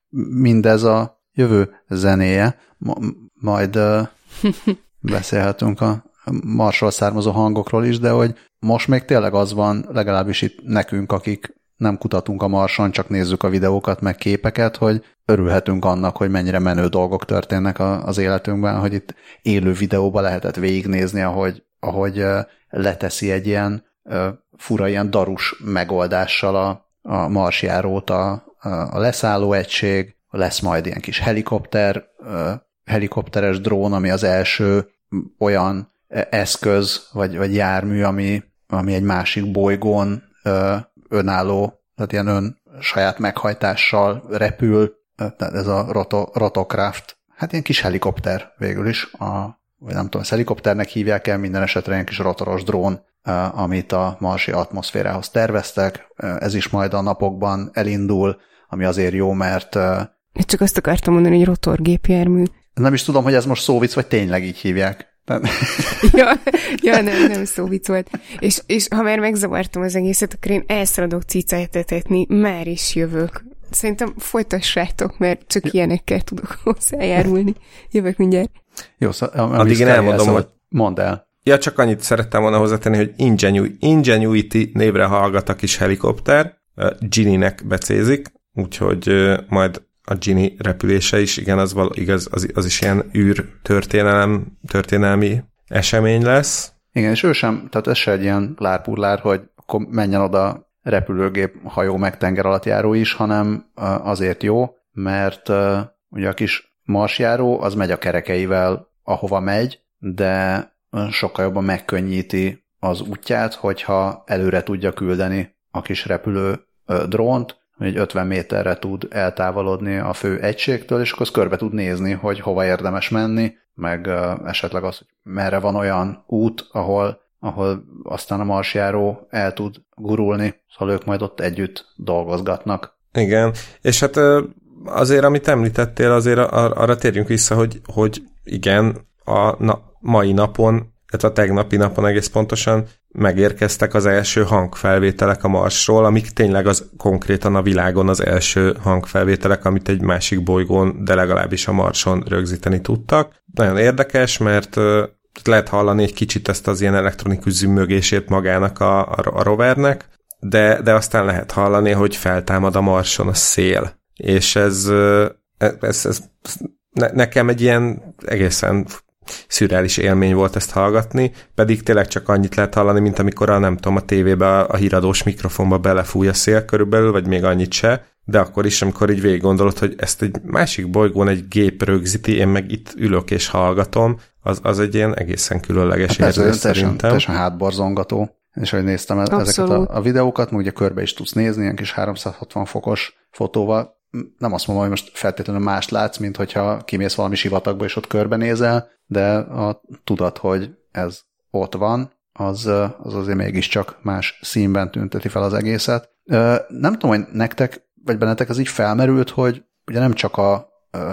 mindez a jövő zenéje, Ma, majd uh, beszélhetünk a Marsról származó hangokról is, de hogy most még tényleg az van, legalábbis itt nekünk, akik nem kutatunk a Marson, csak nézzük a videókat, meg képeket, hogy örülhetünk annak, hogy mennyire menő dolgok történnek a, az életünkben, hogy itt élő videóba lehetett végignézni, ahogy, ahogy uh, leteszi egy ilyen uh, fura, ilyen darus megoldással a a marsjárót a, a leszálló egység, lesz majd ilyen kis helikopter, helikopteres drón, ami az első olyan eszköz, vagy, vagy jármű, ami, ami egy másik bolygón önálló, tehát ilyen ön saját meghajtással repül, tehát ez a roto, rotocraft, hát ilyen kis helikopter végül is, a, vagy nem tudom, ezt helikopternek hívják el, minden esetre ilyen kis rotoros drón, amit a marsi atmoszférához terveztek. Ez is majd a napokban elindul, ami azért jó, mert... Én csak azt akartam mondani, hogy rotorgépjármű. Nem is tudom, hogy ez most szóvic, vagy tényleg így hívják. ja, ja, nem, nem szóvic volt. És, és ha már megzavartam az egészet, akkor én elszaladok cicájtetetni, már is jövök. Szerintem folytassátok, mert csak ja. ilyenekkel tudok hozzájárulni. Jövök mindjárt. Jó, szóval addig én elmondom, hogy mondd el. Ja, csak annyit szerettem volna hozzátenni, hogy Ingenu- Ingenuity névre hallgat a kis helikopter, Genie-nek becézik, úgyhogy majd a Genie repülése is, igen, az, val- igaz, az, az is ilyen űr történelem, történelmi esemény lesz. Igen, és ő sem, tehát ez se egy ilyen lárpurlár, hogy akkor menjen oda repülőgép, hajó, meg tengeralattjáró is, hanem azért jó, mert ugye a kis marsjáró az megy a kerekeivel, ahova megy, de sokkal jobban megkönnyíti az útját, hogyha előre tudja küldeni a kis repülő drónt, hogy ötven méterre tud eltávolodni a fő egységtől, és akkor az körbe tud nézni, hogy hova érdemes menni, meg esetleg az, hogy merre van olyan út, ahol, ahol aztán a marsjáró el tud gurulni, szóval ők majd ott együtt dolgozgatnak. Igen, és hát azért, amit említettél, azért arra térjünk vissza, hogy, hogy igen, a na, mai napon, tehát a tegnapi napon egész pontosan megérkeztek az első hangfelvételek a Marsról, amik tényleg az konkrétan a világon az első hangfelvételek, amit egy másik bolygón, de legalábbis a Marson rögzíteni tudtak. Nagyon érdekes, mert lehet hallani egy kicsit ezt az ilyen elektronikus zümmögését magának a, a, a rovernek, de, de aztán lehet hallani, hogy feltámad a Marson a szél. És ez, ez, ez ne, nekem egy ilyen egészen szürreális élmény volt ezt hallgatni, pedig tényleg csak annyit lehet hallani, mint amikor a, nem tudom, a tévébe a, a híradós mikrofonba belefúj a szél körülbelül, vagy még annyit se, de akkor is, amikor így végig gondolod, hogy ezt egy másik bolygón egy gép rögzíti, én meg itt ülök és hallgatom, az, az egy ilyen egészen különleges hát érzés szerintem. Teljesen hátborzongató. És ahogy néztem Abszolút. ezeket a, a videókat, ugye körbe is tudsz nézni, ilyen kis háromszázhatvan fokos fotóval. Nem azt mondom, hogy most feltétlenül mást látsz, mint hogyha kimész valami sivatagba, és ott körbenézel, de a tudat, hogy ez ott van, az, az azért mégiscsak más színben tünteti fel az egészet. Nem tudom, hogy nektek, vagy bennetek az így felmerült, hogy ugye nem csak a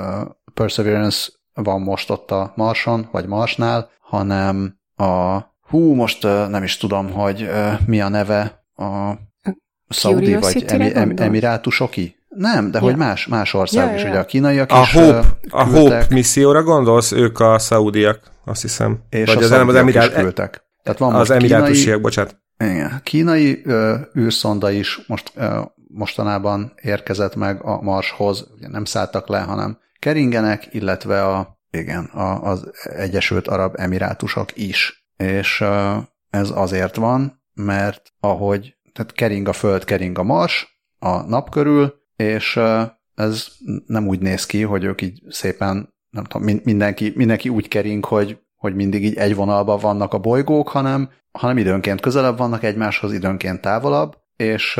Perseverance van most ott a Marson, vagy Marsnál, hanem a hú, most nem is tudom, hogy mi a neve, a Saudi, vagy emi, em, Emirátusoki? Nem, de ja. hogy más, más ország ja, is, ja. ugye a kínaiak a is Hope, a Hope misszióra gondolsz? Ők a szaudiak, azt hiszem. És vagy a szaudiak az emirát, is küldtek. Tehát van az emirátusiak, bocsánat. Igen, kínai ö, űrszonda is most ö, mostanában érkezett meg a Marshoz, ugye nem szálltak le, hanem keringenek, illetve a, igen, a, az Egyesült Arab Emirátusok is. És ö, ez azért van, mert ahogy, tehát kering a Föld, kering a Mars a nap körül, és ez nem úgy néz ki, hogy ők így szépen, nem tudom, mindenki, mindenki úgy kering, hogy, hogy mindig így egy vonalban vannak a bolygók, hanem, hanem időnként közelebb vannak egymáshoz, időnként távolabb, és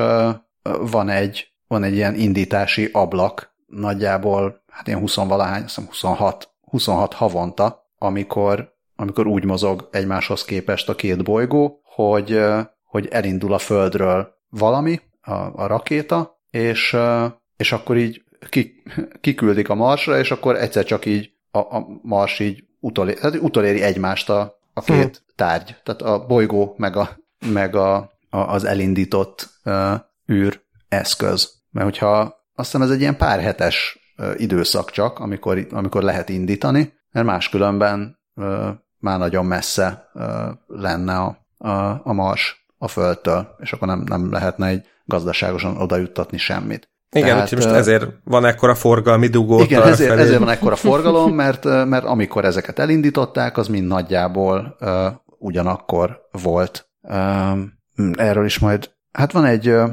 van egy, van egy ilyen indítási ablak, nagyjából, hát ilyen huszonvalahány, azt hiszem huszonhat, huszonhat havonta, amikor, amikor úgy mozog egymáshoz képest a két bolygó, hogy, hogy elindul a Földről valami, a, a rakéta, és, és akkor így kiküldik a Marsra, és akkor egyszer csak így a, a Mars így utoléri, tehát utoléri egymást a, a két hmm. tárgy. Tehát a bolygó meg, a, meg a, a, az elindított uh, űr eszköz. Mert hogyha azt hiszem ez egy ilyen pár hetes uh, időszak csak, amikor, amikor lehet indítani, mert máskülönben uh, már nagyon messze uh, lenne a, a, a Mars a Földtől, és akkor nem, nem lehetne egy gazdaságosan oda juttatni semmit. Igen, Tehát, úgyhogy most ezért van ekkora forgalmi dugó. Igen, ezért, ezért van ekkora forgalom, mert, mert amikor ezeket elindították, az mind nagyjából uh, ugyanakkor volt. Uh, erről is majd, hát van egy uh,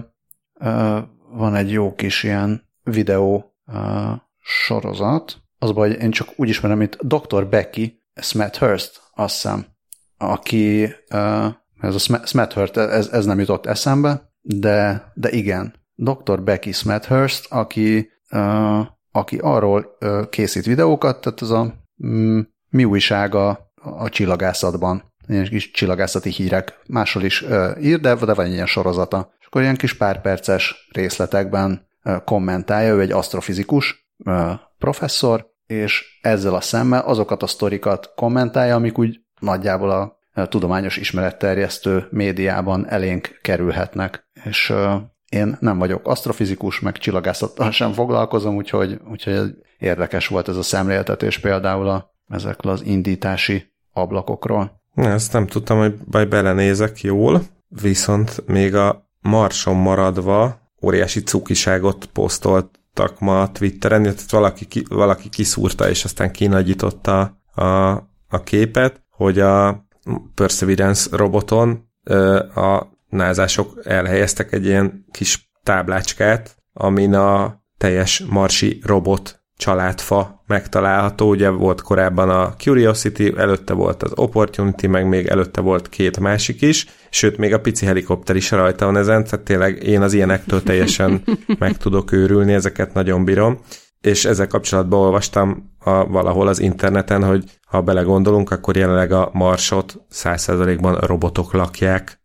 van egy jó kis ilyen videó uh, sorozat, az baj, én csak úgy ismerem, mint doktor Becky Smethurst, azt hiszem, aki uh, ez a Smethurst, ez, ez nem jutott eszembe, de, de igen, doktor Becky Smethurst, aki, uh, aki arról uh, készít videókat, tehát ez a um, mi újság a, a csillagászatban, ilyen kis csillagászati hírek, másról is uh, ír, de, de van egy ilyen sorozata. És akkor ilyen kis pár perces részletekben uh, kommentálja, ő egy asztrofizikus uh, professzor, és ezzel a szemmel azokat a sztorikat kommentálja, amik úgy nagyjából a tudományos ismeretterjesztő médiában elénk kerülhetnek. És uh, én nem vagyok asztrofizikus, meg csillagászattal sem foglalkozom, úgyhogy, úgyhogy érdekes volt ez a szemléltetés például a, ezekről az indítási ablakokról. Ezt nem tudtam, hogy baj belenézek jól, viszont még a Marson maradva óriási cukiságot posztoltak ma a Twitteren, tehát valaki, ki, valaki kiszúrta, és aztán kinagyította a, a képet, hogy a Perseverance roboton a názások elhelyeztek egy ilyen kis táblácskát, amin a teljes marsi robot családfa megtalálható. Ugye volt korábban a Curiosity, előtte volt az Opportunity, meg még előtte volt két másik is, sőt, még a pici helikopter is rajta van ezen, tehát tényleg én az ilyenektől teljesen meg tudok őrülni, ezeket nagyon bírom. És ezzel kapcsolatban olvastam a, valahol az interneten, hogy ha belegondolunk, akkor jelenleg a Marsot száz százalékban robotok lakják.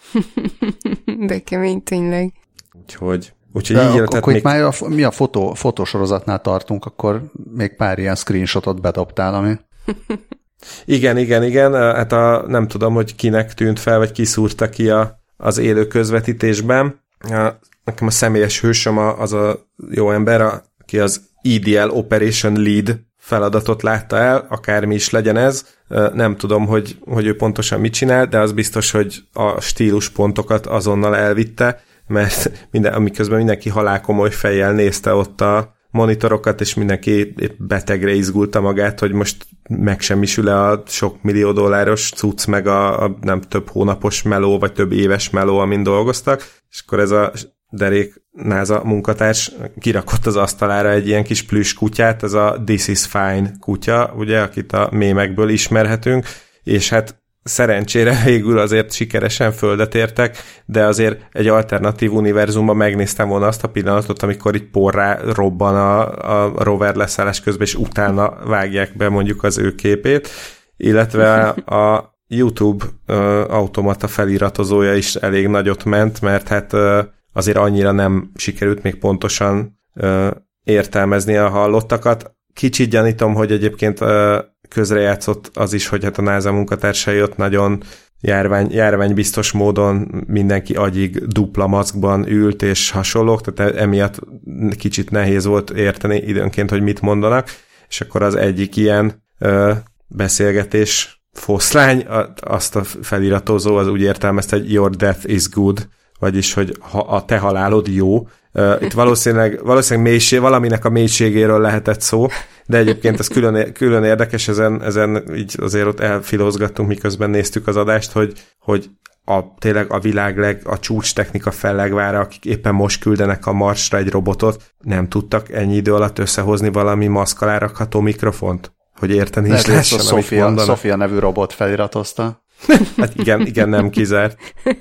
De kemény tényleg. Úgyhogy, úgyhogy De így ak- akkor még... itt már a, mi a fotó, fotósorozatnál tartunk, akkor még pár ilyen screenshotot bedobtál, ami... Igen, igen, igen, hát a, nem tudom, hogy kinek tűnt fel, vagy kiszúrta ki a, az élő közvetítésben. A, nekem a személyes hősöm a, az a jó ember, a, aki az E D L Operation Lead feladatot látta el, akármi is legyen ez. Nem tudom, hogy, hogy ő pontosan mit csinál, de az biztos, hogy a stíluspontokat azonnal elvitte, mert minden, amiközben mindenki halálkomoly fejjel nézte ott a monitorokat, és mindenki épp betegre izgulta magát, hogy most megsemmisül-e a sok millió dolláros cucc, meg a, a nem több hónapos meló, vagy több éves meló, amin dolgoztak, és akkor ez a derék NASA munkatárs kirakott az asztalára egy ilyen kis plüss kutyát, ez a This is Fine kutya, ugye, akit a mémekből ismerhetünk, és hát szerencsére végül azért sikeresen földet értek, de azért egy alternatív univerzumban megnéztem volna azt a pillanatot, amikor itt porrá robban a, a rover leszállás közben, és utána vágják be mondjuk az ő képét, illetve a YouTube uh, automata feliratozója is elég nagyot ment, mert hát uh, azért annyira nem sikerült még pontosan uh, értelmezni a hallottakat. Kicsit gyanítom, hogy egyébként uh, közrejátszott az is, hogy hát a NASA munkatársai ott nagyon járvány, járványbiztos módon mindenki agyig dupla maszkban ült és hasonlók, tehát emiatt kicsit nehéz volt érteni időnként, hogy mit mondanak, és akkor az egyik ilyen uh, beszélgetés foszlány, azt a feliratozó az úgy értelmezte, hogy your death is good, vagyis, hogy ha a te halálod jó. Uh, itt valószínűleg, valószínűleg mélység, valaminek a mélységéről lehetett szó, de egyébként ez külön, külön érdekes, ezen, ezen így azért ott elfilózgattunk, miközben néztük az adást, hogy, hogy a, tényleg a világ leg, a csúcs technika fellegvára, akik éppen most küldenek a Marsra egy robotot, nem tudtak ennyi idő alatt összehozni valami maszk alá rakható mikrofont, hogy érteni is lehessen, amit mondanak. Sofia nevű robot feliratozta. Hát igen, igen, nem kizárt.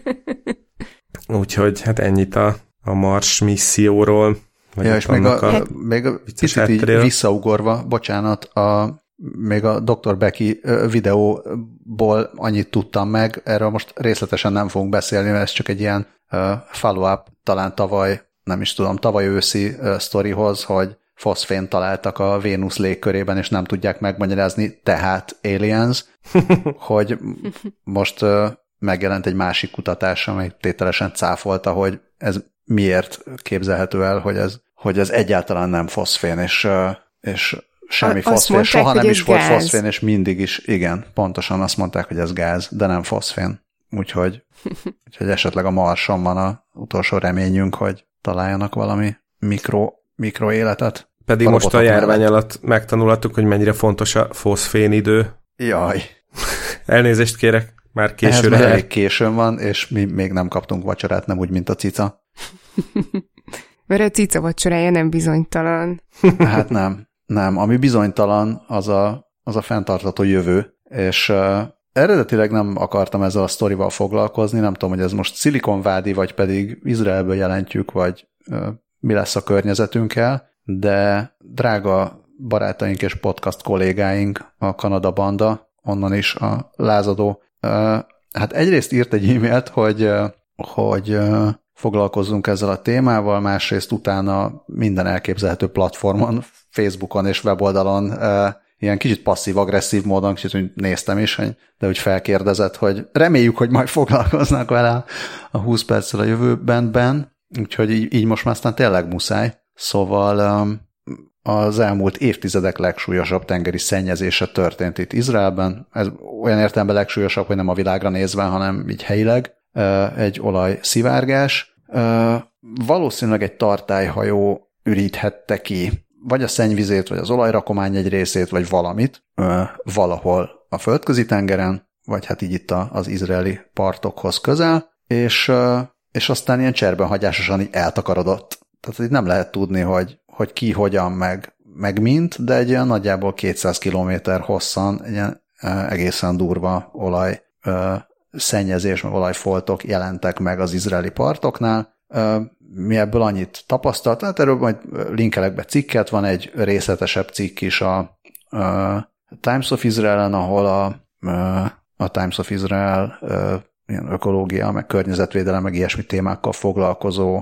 Úgyhogy hát ennyit a, a Mars misszióról. Ja, és még a, a, még a picit így visszaugorva, bocsánat, a, még a doktor Becky videóból annyit tudtam meg, erről most részletesen nem fogunk beszélni, mert ez csak egy ilyen uh, follow-up, talán tavaly, nem is tudom, tavaly őszi uh, sztorihoz, hogy foszfént találtak a Vénusz légkörében, és nem tudják megmagyarázni, tehát aliens, hogy most uh, megjelent egy másik kutatás, amely tételesen cáfolta, hogy ez miért képzelhető el, hogy ez, hogy ez egyáltalán nem foszfén, és, és semmi azt foszfén, mondták, soha nem is volt gáz. foszfén, és mindig is, igen, pontosan azt mondták, hogy ez gáz, de nem foszfén. Úgyhogy, úgyhogy esetleg a Marson van az utolsó reményünk, hogy találjanak valami mikro, mikroéletet. Pedig a most a járvány mellett. Alatt megtanulhattuk, hogy mennyire fontos a foszfén idő. Jaj. Elnézést kérek, már későre. Ehhez már elég későn van, és mi még nem kaptunk vacsorát, nem úgy, mint a cica. Mert a cica vacsorája nem bizonytalan. Hát nem. Nem. Ami bizonytalan, az a, az a fenntartható jövő. És uh, eredetileg nem akartam ezzel a sztorival foglalkozni, nem tudom, hogy ez most Silicon Valley, vagy pedig Izraelből jelentjük, vagy uh, mi lesz a környezetünkkel, de drága barátaink és podcast kollégáink, a Kanada Banda, onnan is a lázadó, uh, hát egyrészt írt egy e-mailt, hogy, uh, hogy uh, foglalkozzunk ezzel a témával, másrészt utána minden elképzelhető platformon, Facebookon és weboldalon uh, ilyen kicsit passzív-agresszív módon, kicsit úgy néztem is, hogy, de úgy felkérdezett, hogy reméljük, hogy majd foglalkoznak vele a húsz perccel a jövőben, ben, úgyhogy így, így most már aztán tényleg muszáj. Szóval um, az elmúlt évtizedek legsúlyosabb tengeri szennyezése történt itt Izraelben. Ez olyan értelemben legsúlyosabb, hogy nem a világra nézve, hanem így helyileg. Uh, egy olajszivárgás. Uh, valószínűleg egy tartályhajó üríthette ki vagy a szennyvizét, vagy az olajrakomány egy részét, vagy valamit uh, valahol a földközi tengeren, vagy hát így itt a, az izraeli partokhoz közel, és, uh, és aztán ilyen cserbenhagyásosan így eltakarodott. Tehát így nem lehet tudni, hogy, hogy ki, hogyan, meg, meg mint, de egy olyan nagyjából kétszáz kilométer hosszan egy ilyen uh, egészen durva olaj uh, szennyezés, meg olajfoltok jelentek meg az izraeli partoknál. Mi ebből annyit tapasztalt, hát erről majd linkelek be cikket, van egy részletesebb cikk is a, a Times of Israel-en, ahol a, a Times of Israel ilyen ökológia, meg környezetvédelem, meg ilyesmi témákkal foglalkozó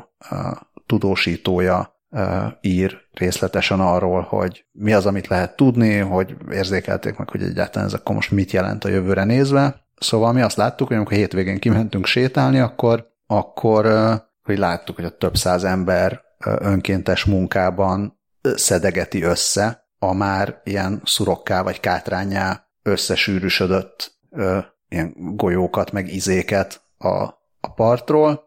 tudósítója ír részletesen arról, hogy mi az, amit lehet tudni, hogy érzékelték meg, hogy egyáltalán ez akkor most mit jelent a jövőre nézve. Szóval mi azt láttuk, hogy amikor hétvégén kimentünk sétálni, akkor, akkor hogy láttuk, hogy a több száz ember önkéntes munkában szedegeti össze a már ilyen szurokká vagy kátrányá összesűrűsödött ilyen golyókat, meg izéket a, a partról.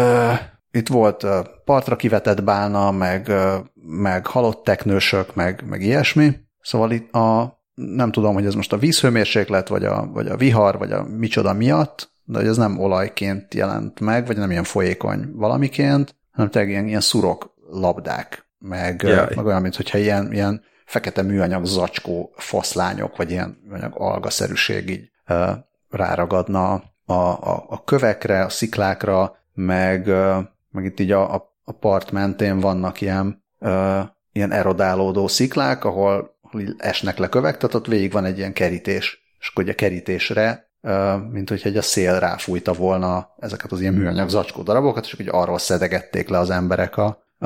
Itt volt partra kivetett bálna, meg, meg halott teknősök, meg, meg ilyesmi. Szóval itt a nem tudom, hogy ez most a vízhőmérséklet, vagy a, vagy a vihar, vagy a micsoda miatt, de hogy ez nem olajként jelent meg, vagy nem ilyen folyékony valamiként, hanem tényleg ilyen, ilyen szurok labdák, meg, meg olyan, mintha ilyen, ilyen fekete műanyag zacskó foszlányok, vagy ilyen műanyag algaszerűség így uh, ráragadna a, a, a kövekre, a sziklákra, meg, uh, meg itt így a, a, a part mentén vannak ilyen, uh, ilyen erodálódó sziklák, ahol esnek le kövek, tehát ott végig van egy ilyen kerítés, és akkor a kerítésre, mint hogyha egy a szél ráfújta volna ezeket az ilyen műanyag zacskó darabokat, és akkor arról szedegették le az emberek a, a,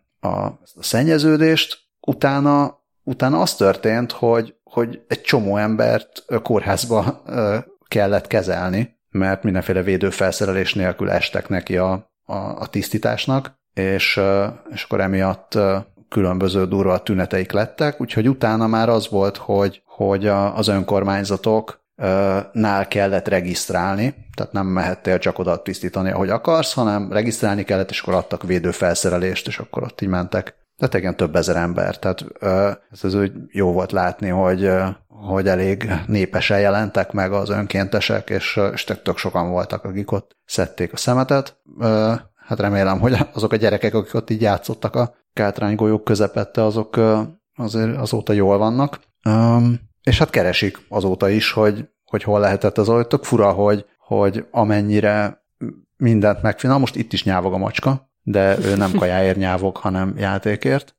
a szennyeződést. Utána, utána az történt, hogy, hogy egy csomó embert kórházba kellett kezelni, mert mindenféle védőfelszerelés nélkül estek neki a, a, a tisztításnak, és, és akkor emiatt különböző durva tüneteik lettek, úgyhogy utána már az volt, hogy, hogy a, az önkormányzatoknál kellett regisztrálni, tehát nem mehettél csak oda tisztítani, ahogy akarsz, hanem regisztrálni kellett, és akkor adtak védőfelszerelést, és akkor ott így mentek. Tehát igen, több ezer ember. Tehát ez az úgy jó volt látni, hogy, hogy elég népesen jelentek meg az önkéntesek, és, és tök sokan voltak, akik ott szedték a szemetet. Hát remélem, hogy azok a gyerekek, akik ott így játszottak a kátránygolyók közepette, azok azért azóta jól vannak. Um, és hát keresik azóta is, hogy, hogy hol lehetett az olaj. Tök fura, hogy, hogy amennyire mindent megfigyel. Most itt is nyávog a macska, de ő nem kajáért nyávog, hanem játékért.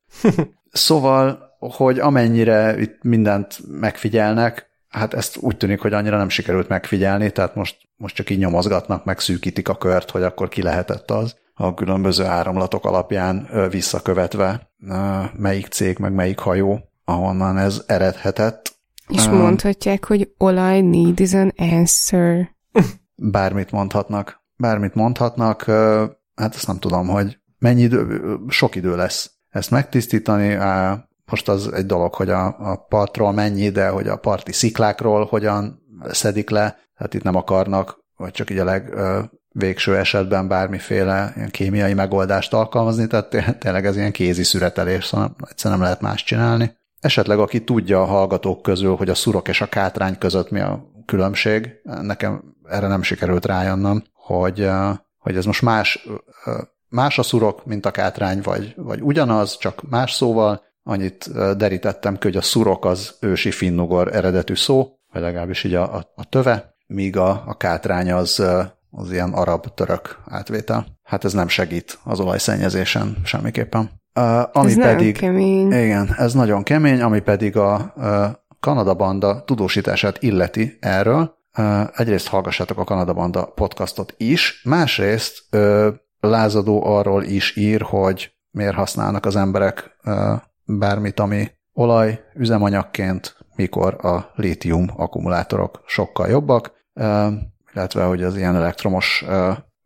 Szóval, hogy amennyire itt mindent megfigyelnek, hát ezt úgy tűnik, hogy annyira nem sikerült megfigyelni, tehát most, most csak így nyomozgatnak, meg szűkítik a kört, hogy akkor ki lehetett az, a különböző áramlatok alapján visszakövetve melyik cég, meg melyik hajó, ahonnan ez eredhetett. És um, mondhatják, hogy olaj needs an answer. Bármit mondhatnak. Bármit mondhatnak, hát azt nem tudom, hogy mennyi idő, sok idő lesz ezt megtisztítani. Most az egy dolog, hogy a, a partról mennyi, de hogy a parti sziklákról hogyan szedik le, hát itt nem akarnak, vagy csak így a legvégső esetben bármiféle ilyen kémiai megoldást alkalmazni, tehát tényleg ez ilyen kézi szüretelés, szóval egyszerűen nem lehet más csinálni. Esetleg aki tudja a hallgatók közül, hogy a szurok és a kátrány között mi a különbség, nekem erre nem sikerült rájönnöm, hogy, hogy ez most más, más a szurok, mint a kátrány, vagy, vagy ugyanaz, csak más szóval. Annyit derítettem ki, hogy a szurok az ősi finnugor eredetű szó, vagy legalábbis így a, a, a töve, míg a, a kátrány az, az ilyen arab-török átvétel. Hát ez nem segít az olajszennyezésen semmiképpen. Uh, ami ez pedig, kemény. Igen, ez nagyon kemény, ami pedig a, a Kanada Banda tudósítását illeti erről. Uh, egyrészt hallgassátok a Kanada Banda podcastot is, másrészt uh, lázadó arról is ír, hogy miért használnak az emberek uh, bármit, ami olaj üzemanyagként, mikor a lítium akkumulátorok sokkal jobbak, uh, illetve hogy az ilyen elektromos uh,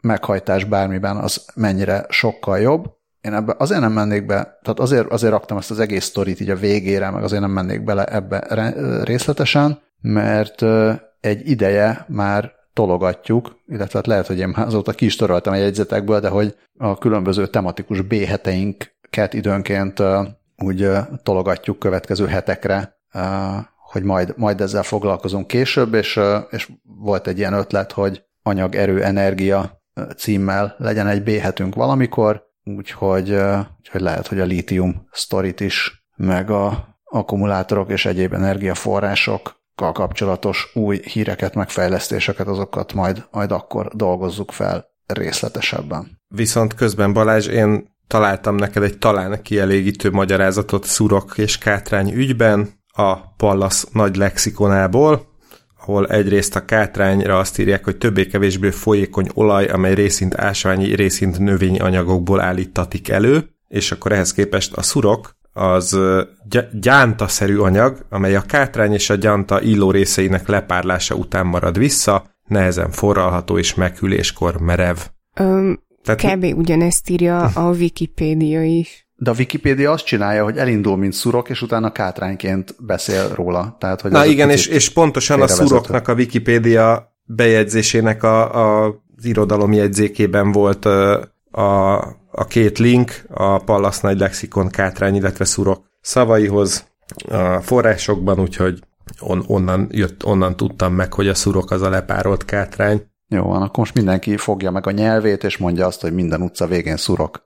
meghajtás bármiben az mennyire sokkal jobb. Én ebbe azért nem mennék be, tehát azért, azért raktam ezt az egész sztorit így a végére, meg azért nem mennék bele ebbe részletesen, mert egy ideje már tologatjuk, illetve hát lehet, hogy én már azóta ki is töröltem a jegyzetekből, de hogy a különböző tematikus B-heteinket időnként úgy tologatjuk következő hetekre, hogy majd, majd ezzel foglalkozunk később, és, és volt egy ilyen ötlet, hogy anyag, erő, energia címmel legyen egy B-hetünk valamikor, úgyhogy, úgyhogy lehet, hogy a lítium sztorit is, meg a akkumulátorok és egyéb energiaforrásokkal kapcsolatos új híreket, megfejlesztéseket, azokat majd, majd akkor dolgozzuk fel részletesebben. Viszont közben Balázs, én találtam neked egy talán kielégítő magyarázatot szurok és kátrány ügyben a Pallas nagy lexikonából, ahol egyrészt a kátrányra azt írják, hogy többé-kevésbé folyékony olaj, amely részint ásványi, részint növényi anyagokból állítatik elő, és akkor ehhez képest a szurok az gy- gyántaszerű anyag, amely a kátrány és a gyánta illó részeinek lepárlása után marad vissza, nehezen forralható és meghűléskor merev. Um, Tehát... Kb. Ugyanezt írja a Wikipédia is. De a Wikipédia azt csinálja, hogy elindul, mint szurok, és utána kátrányként beszél róla. Tehát, hogy Na igen, és, és pontosan a szuroknak a Wikipédia bejegyzésének a, a, az irodalom jegyzékében volt a, a, a két link, a Pallas nagy lexikon kátrány, illetve szurok szavaihoz a forrásokban, úgyhogy on, onnan, jött, onnan tudtam meg, hogy a szurok az a lepárolt kátrány. Jó van, akkor most mindenki fogja meg a nyelvét, és mondja azt, hogy minden utca végén szurok.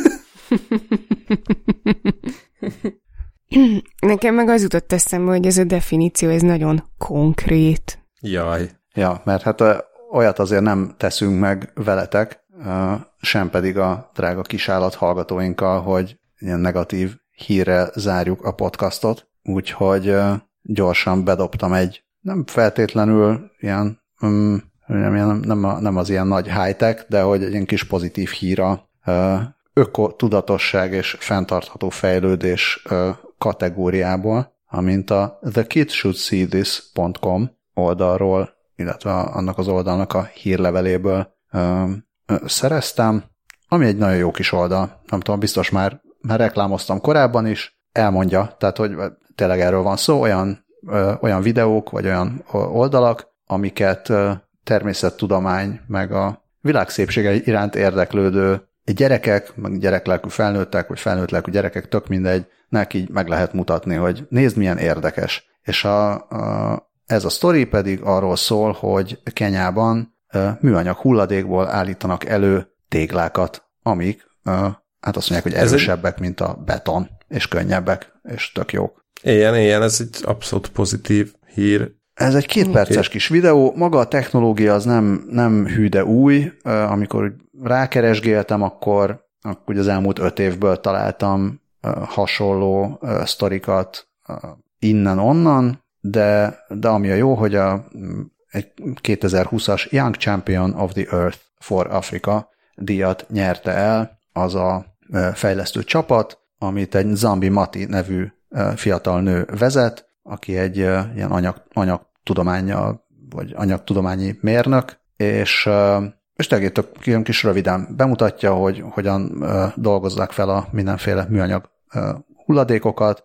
Nekem meg az jutott eszembe, hogy ez a definíció, ez nagyon konkrét. Jaj. Ja, mert hát olyat azért nem teszünk meg veletek, sem pedig a drága kisállat hallgatóinkkal, hogy ilyen negatív hírrel zárjuk a podcastot, úgyhogy gyorsan bedobtam egy nem feltétlenül ilyen, nem, nem, nem az ilyen nagy high-tech, de hogy egy ilyen kis pozitív hír a ökotudatosság és fenntartható fejlődés kategóriából, amint a the kids should see this dot com oldalról, illetve annak az oldalnak a hírleveléből ö, ö, szereztem, ami egy nagyon jó kis oldal. Nem tudom, biztos már, már reklámoztam korábban is, elmondja, tehát hogy tényleg erről van szó, olyan, ö, olyan videók, vagy olyan oldalak, amiket ö, természettudomány, meg a világszépsége iránt érdeklődő gyerekek, meg gyereklelkű felnőttek, vagy felnőttlelkű gyerekek, tök mindegy, neki így meg lehet mutatni, hogy nézd, milyen érdekes. És a, a, ez a sztori pedig arról szól, hogy Kenyában műanyag hulladékból állítanak elő téglákat, amik hát azt mondják, hogy erősebbek, egy... mint a beton, és könnyebbek, és tök jók. Ilyen, ilyen, ez egy abszolút pozitív hír. Ez egy két perces kis videó, maga a technológia az nem, nem hű, de új. Amikor rákeresgéltem, akkor, akkor az elmúlt öt évből találtam hasonló sztorikat innen-onnan, de, de ami a jó, hogy a, egy kétezer-húszas Young Champion of the Earth for Africa díjat nyerte el az a fejlesztő csapat, amit egy Zambi Mati nevű fiatal nő vezet, aki egy ilyen anyag, anyagtudománnyal, vagy anyagtudományi mérnök, és, és tényleg itt kis röviden bemutatja, hogy hogyan dolgozzák fel a mindenféle műanyag hulladékokat.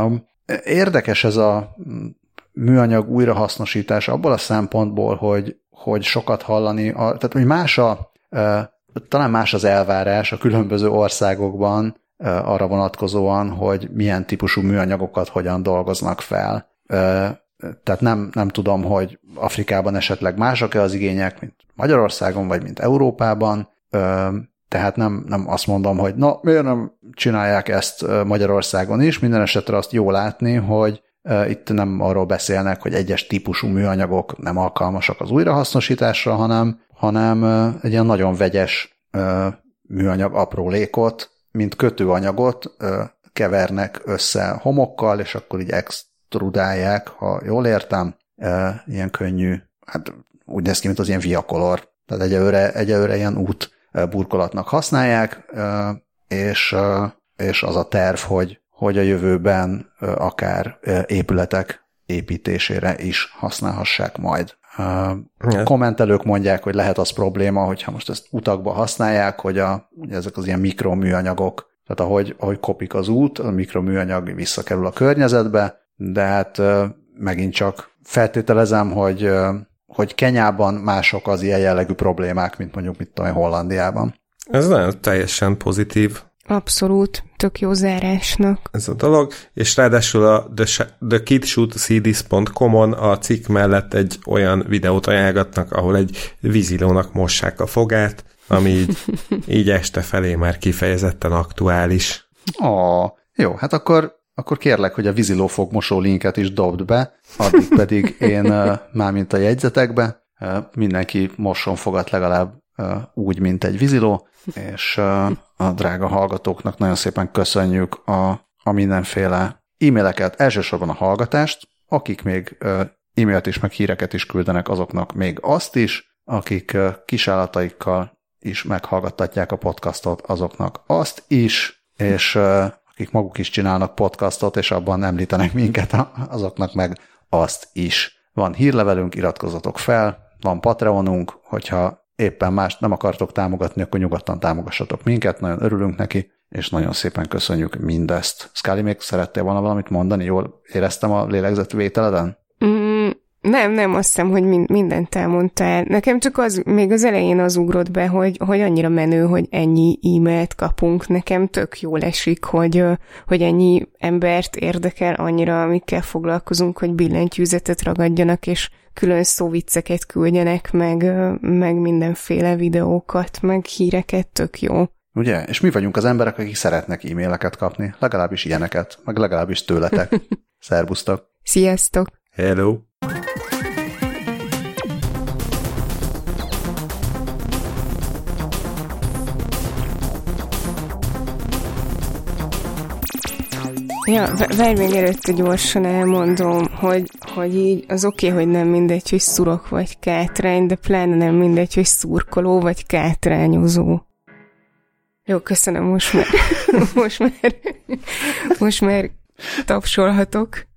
Érdekes ez a műanyag újrahasznosítás abból a szempontból, hogy, hogy sokat hallani, tehát hogy más a, talán más az elvárás a különböző országokban arra vonatkozóan, hogy milyen típusú műanyagokat hogyan dolgoznak fel. Tehát nem, nem tudom, hogy Afrikában esetleg mások-e az igények, mint Magyarországon, vagy mint Európában, tehát nem, nem azt mondom, hogy na, miért nem csinálják ezt Magyarországon is, minden esetre azt jó látni, hogy itt nem arról beszélnek, hogy egyes típusú műanyagok nem alkalmasak az újrahasznosításra, hanem, hanem egy ilyen nagyon vegyes műanyag aprólékot, mint kötőanyagot kevernek össze homokkal, és akkor így extrudálják, ha jól értem, ilyen könnyű, hát úgy néz ki, mint az ilyen viakolor, tehát egyelőre, egyelőre ilyen út burkolatnak használják, és, és az a terv, hogy, hogy a jövőben akár épületek építésére is használhassák majd. Uh, kommentelők mondják, hogy lehet az probléma, hogyha most ezt utakba használják, hogy a, ugye ezek az ilyen mikroműanyagok, tehát ahogy, ahogy kopik az út, a mikroműanyag visszakerül a környezetbe, de hát uh, megint csak feltételezem, hogy, uh, hogy Kenyában mások az ilyen jellegű problémák, mint mondjuk mit tudom, Hollandiában. Ez nagyon teljesen pozitív. Abszolút, tök jó zárásnak. Ez a dolog, és ráadásul a the kids should see this dot com-on a cikk mellett egy olyan videót ajánlgatnak, ahol egy vízilónak mossák a fogát, ami így, így este felé már kifejezetten aktuális. Ó, jó, hát akkor, akkor kérlek, hogy a vízilófogmosó linket is dobd be, addig pedig én mármint a jegyzetekbe mindenki mosson fogat legalább úgy, mint egy víziló, és a drága hallgatóknak nagyon szépen köszönjük a, a mindenféle e-maileket, elsősorban a hallgatást, akik még e-mailt is, meg híreket is küldenek, azoknak még azt is, akik kisállataikkal is meghallgattatják a podcastot, azoknak azt is, és akik maguk is csinálnak podcastot, és abban említenek minket, azoknak meg azt is. Van hírlevelünk, iratkozzatok fel, van Patreonunk, hogyha éppen mást nem akartok támogatni, akkor nyugodtan támogassatok minket, nagyon örülünk neki, és nagyon szépen köszönjük mindezt. Scully, még szerettél volna valamit mondani? Jól éreztem a lélegzetvételeden? Mm, nem, nem, azt hiszem, hogy min- mindent elmondtál. Nekem csak az, még az elején az ugrott be, hogy, hogy annyira menő, hogy ennyi e-mailt kapunk. Nekem tök jól esik, hogy, hogy ennyi embert érdekel annyira, amikkel foglalkozunk, hogy billentyűzetet ragadjanak, és külön szóvicceket küldjenek, meg, meg mindenféle videókat, meg híreket, tök jó. Ugye? És mi vagyunk az emberek, akik szeretnek e-maileket kapni. Legalábbis ilyeneket, meg legalábbis tőletek. Szerbusztok! Sziasztok! Hello! Ja, várj még előtte gyorsan elmondom, hogy, hogy így az oké, okay, hogy nem mindegy, hogy szurok vagy kátrány, de pláne nem mindegy, hogy szurkoló vagy kátrányozó. Jó, köszönöm, most már, most már, most már tapsolhatok.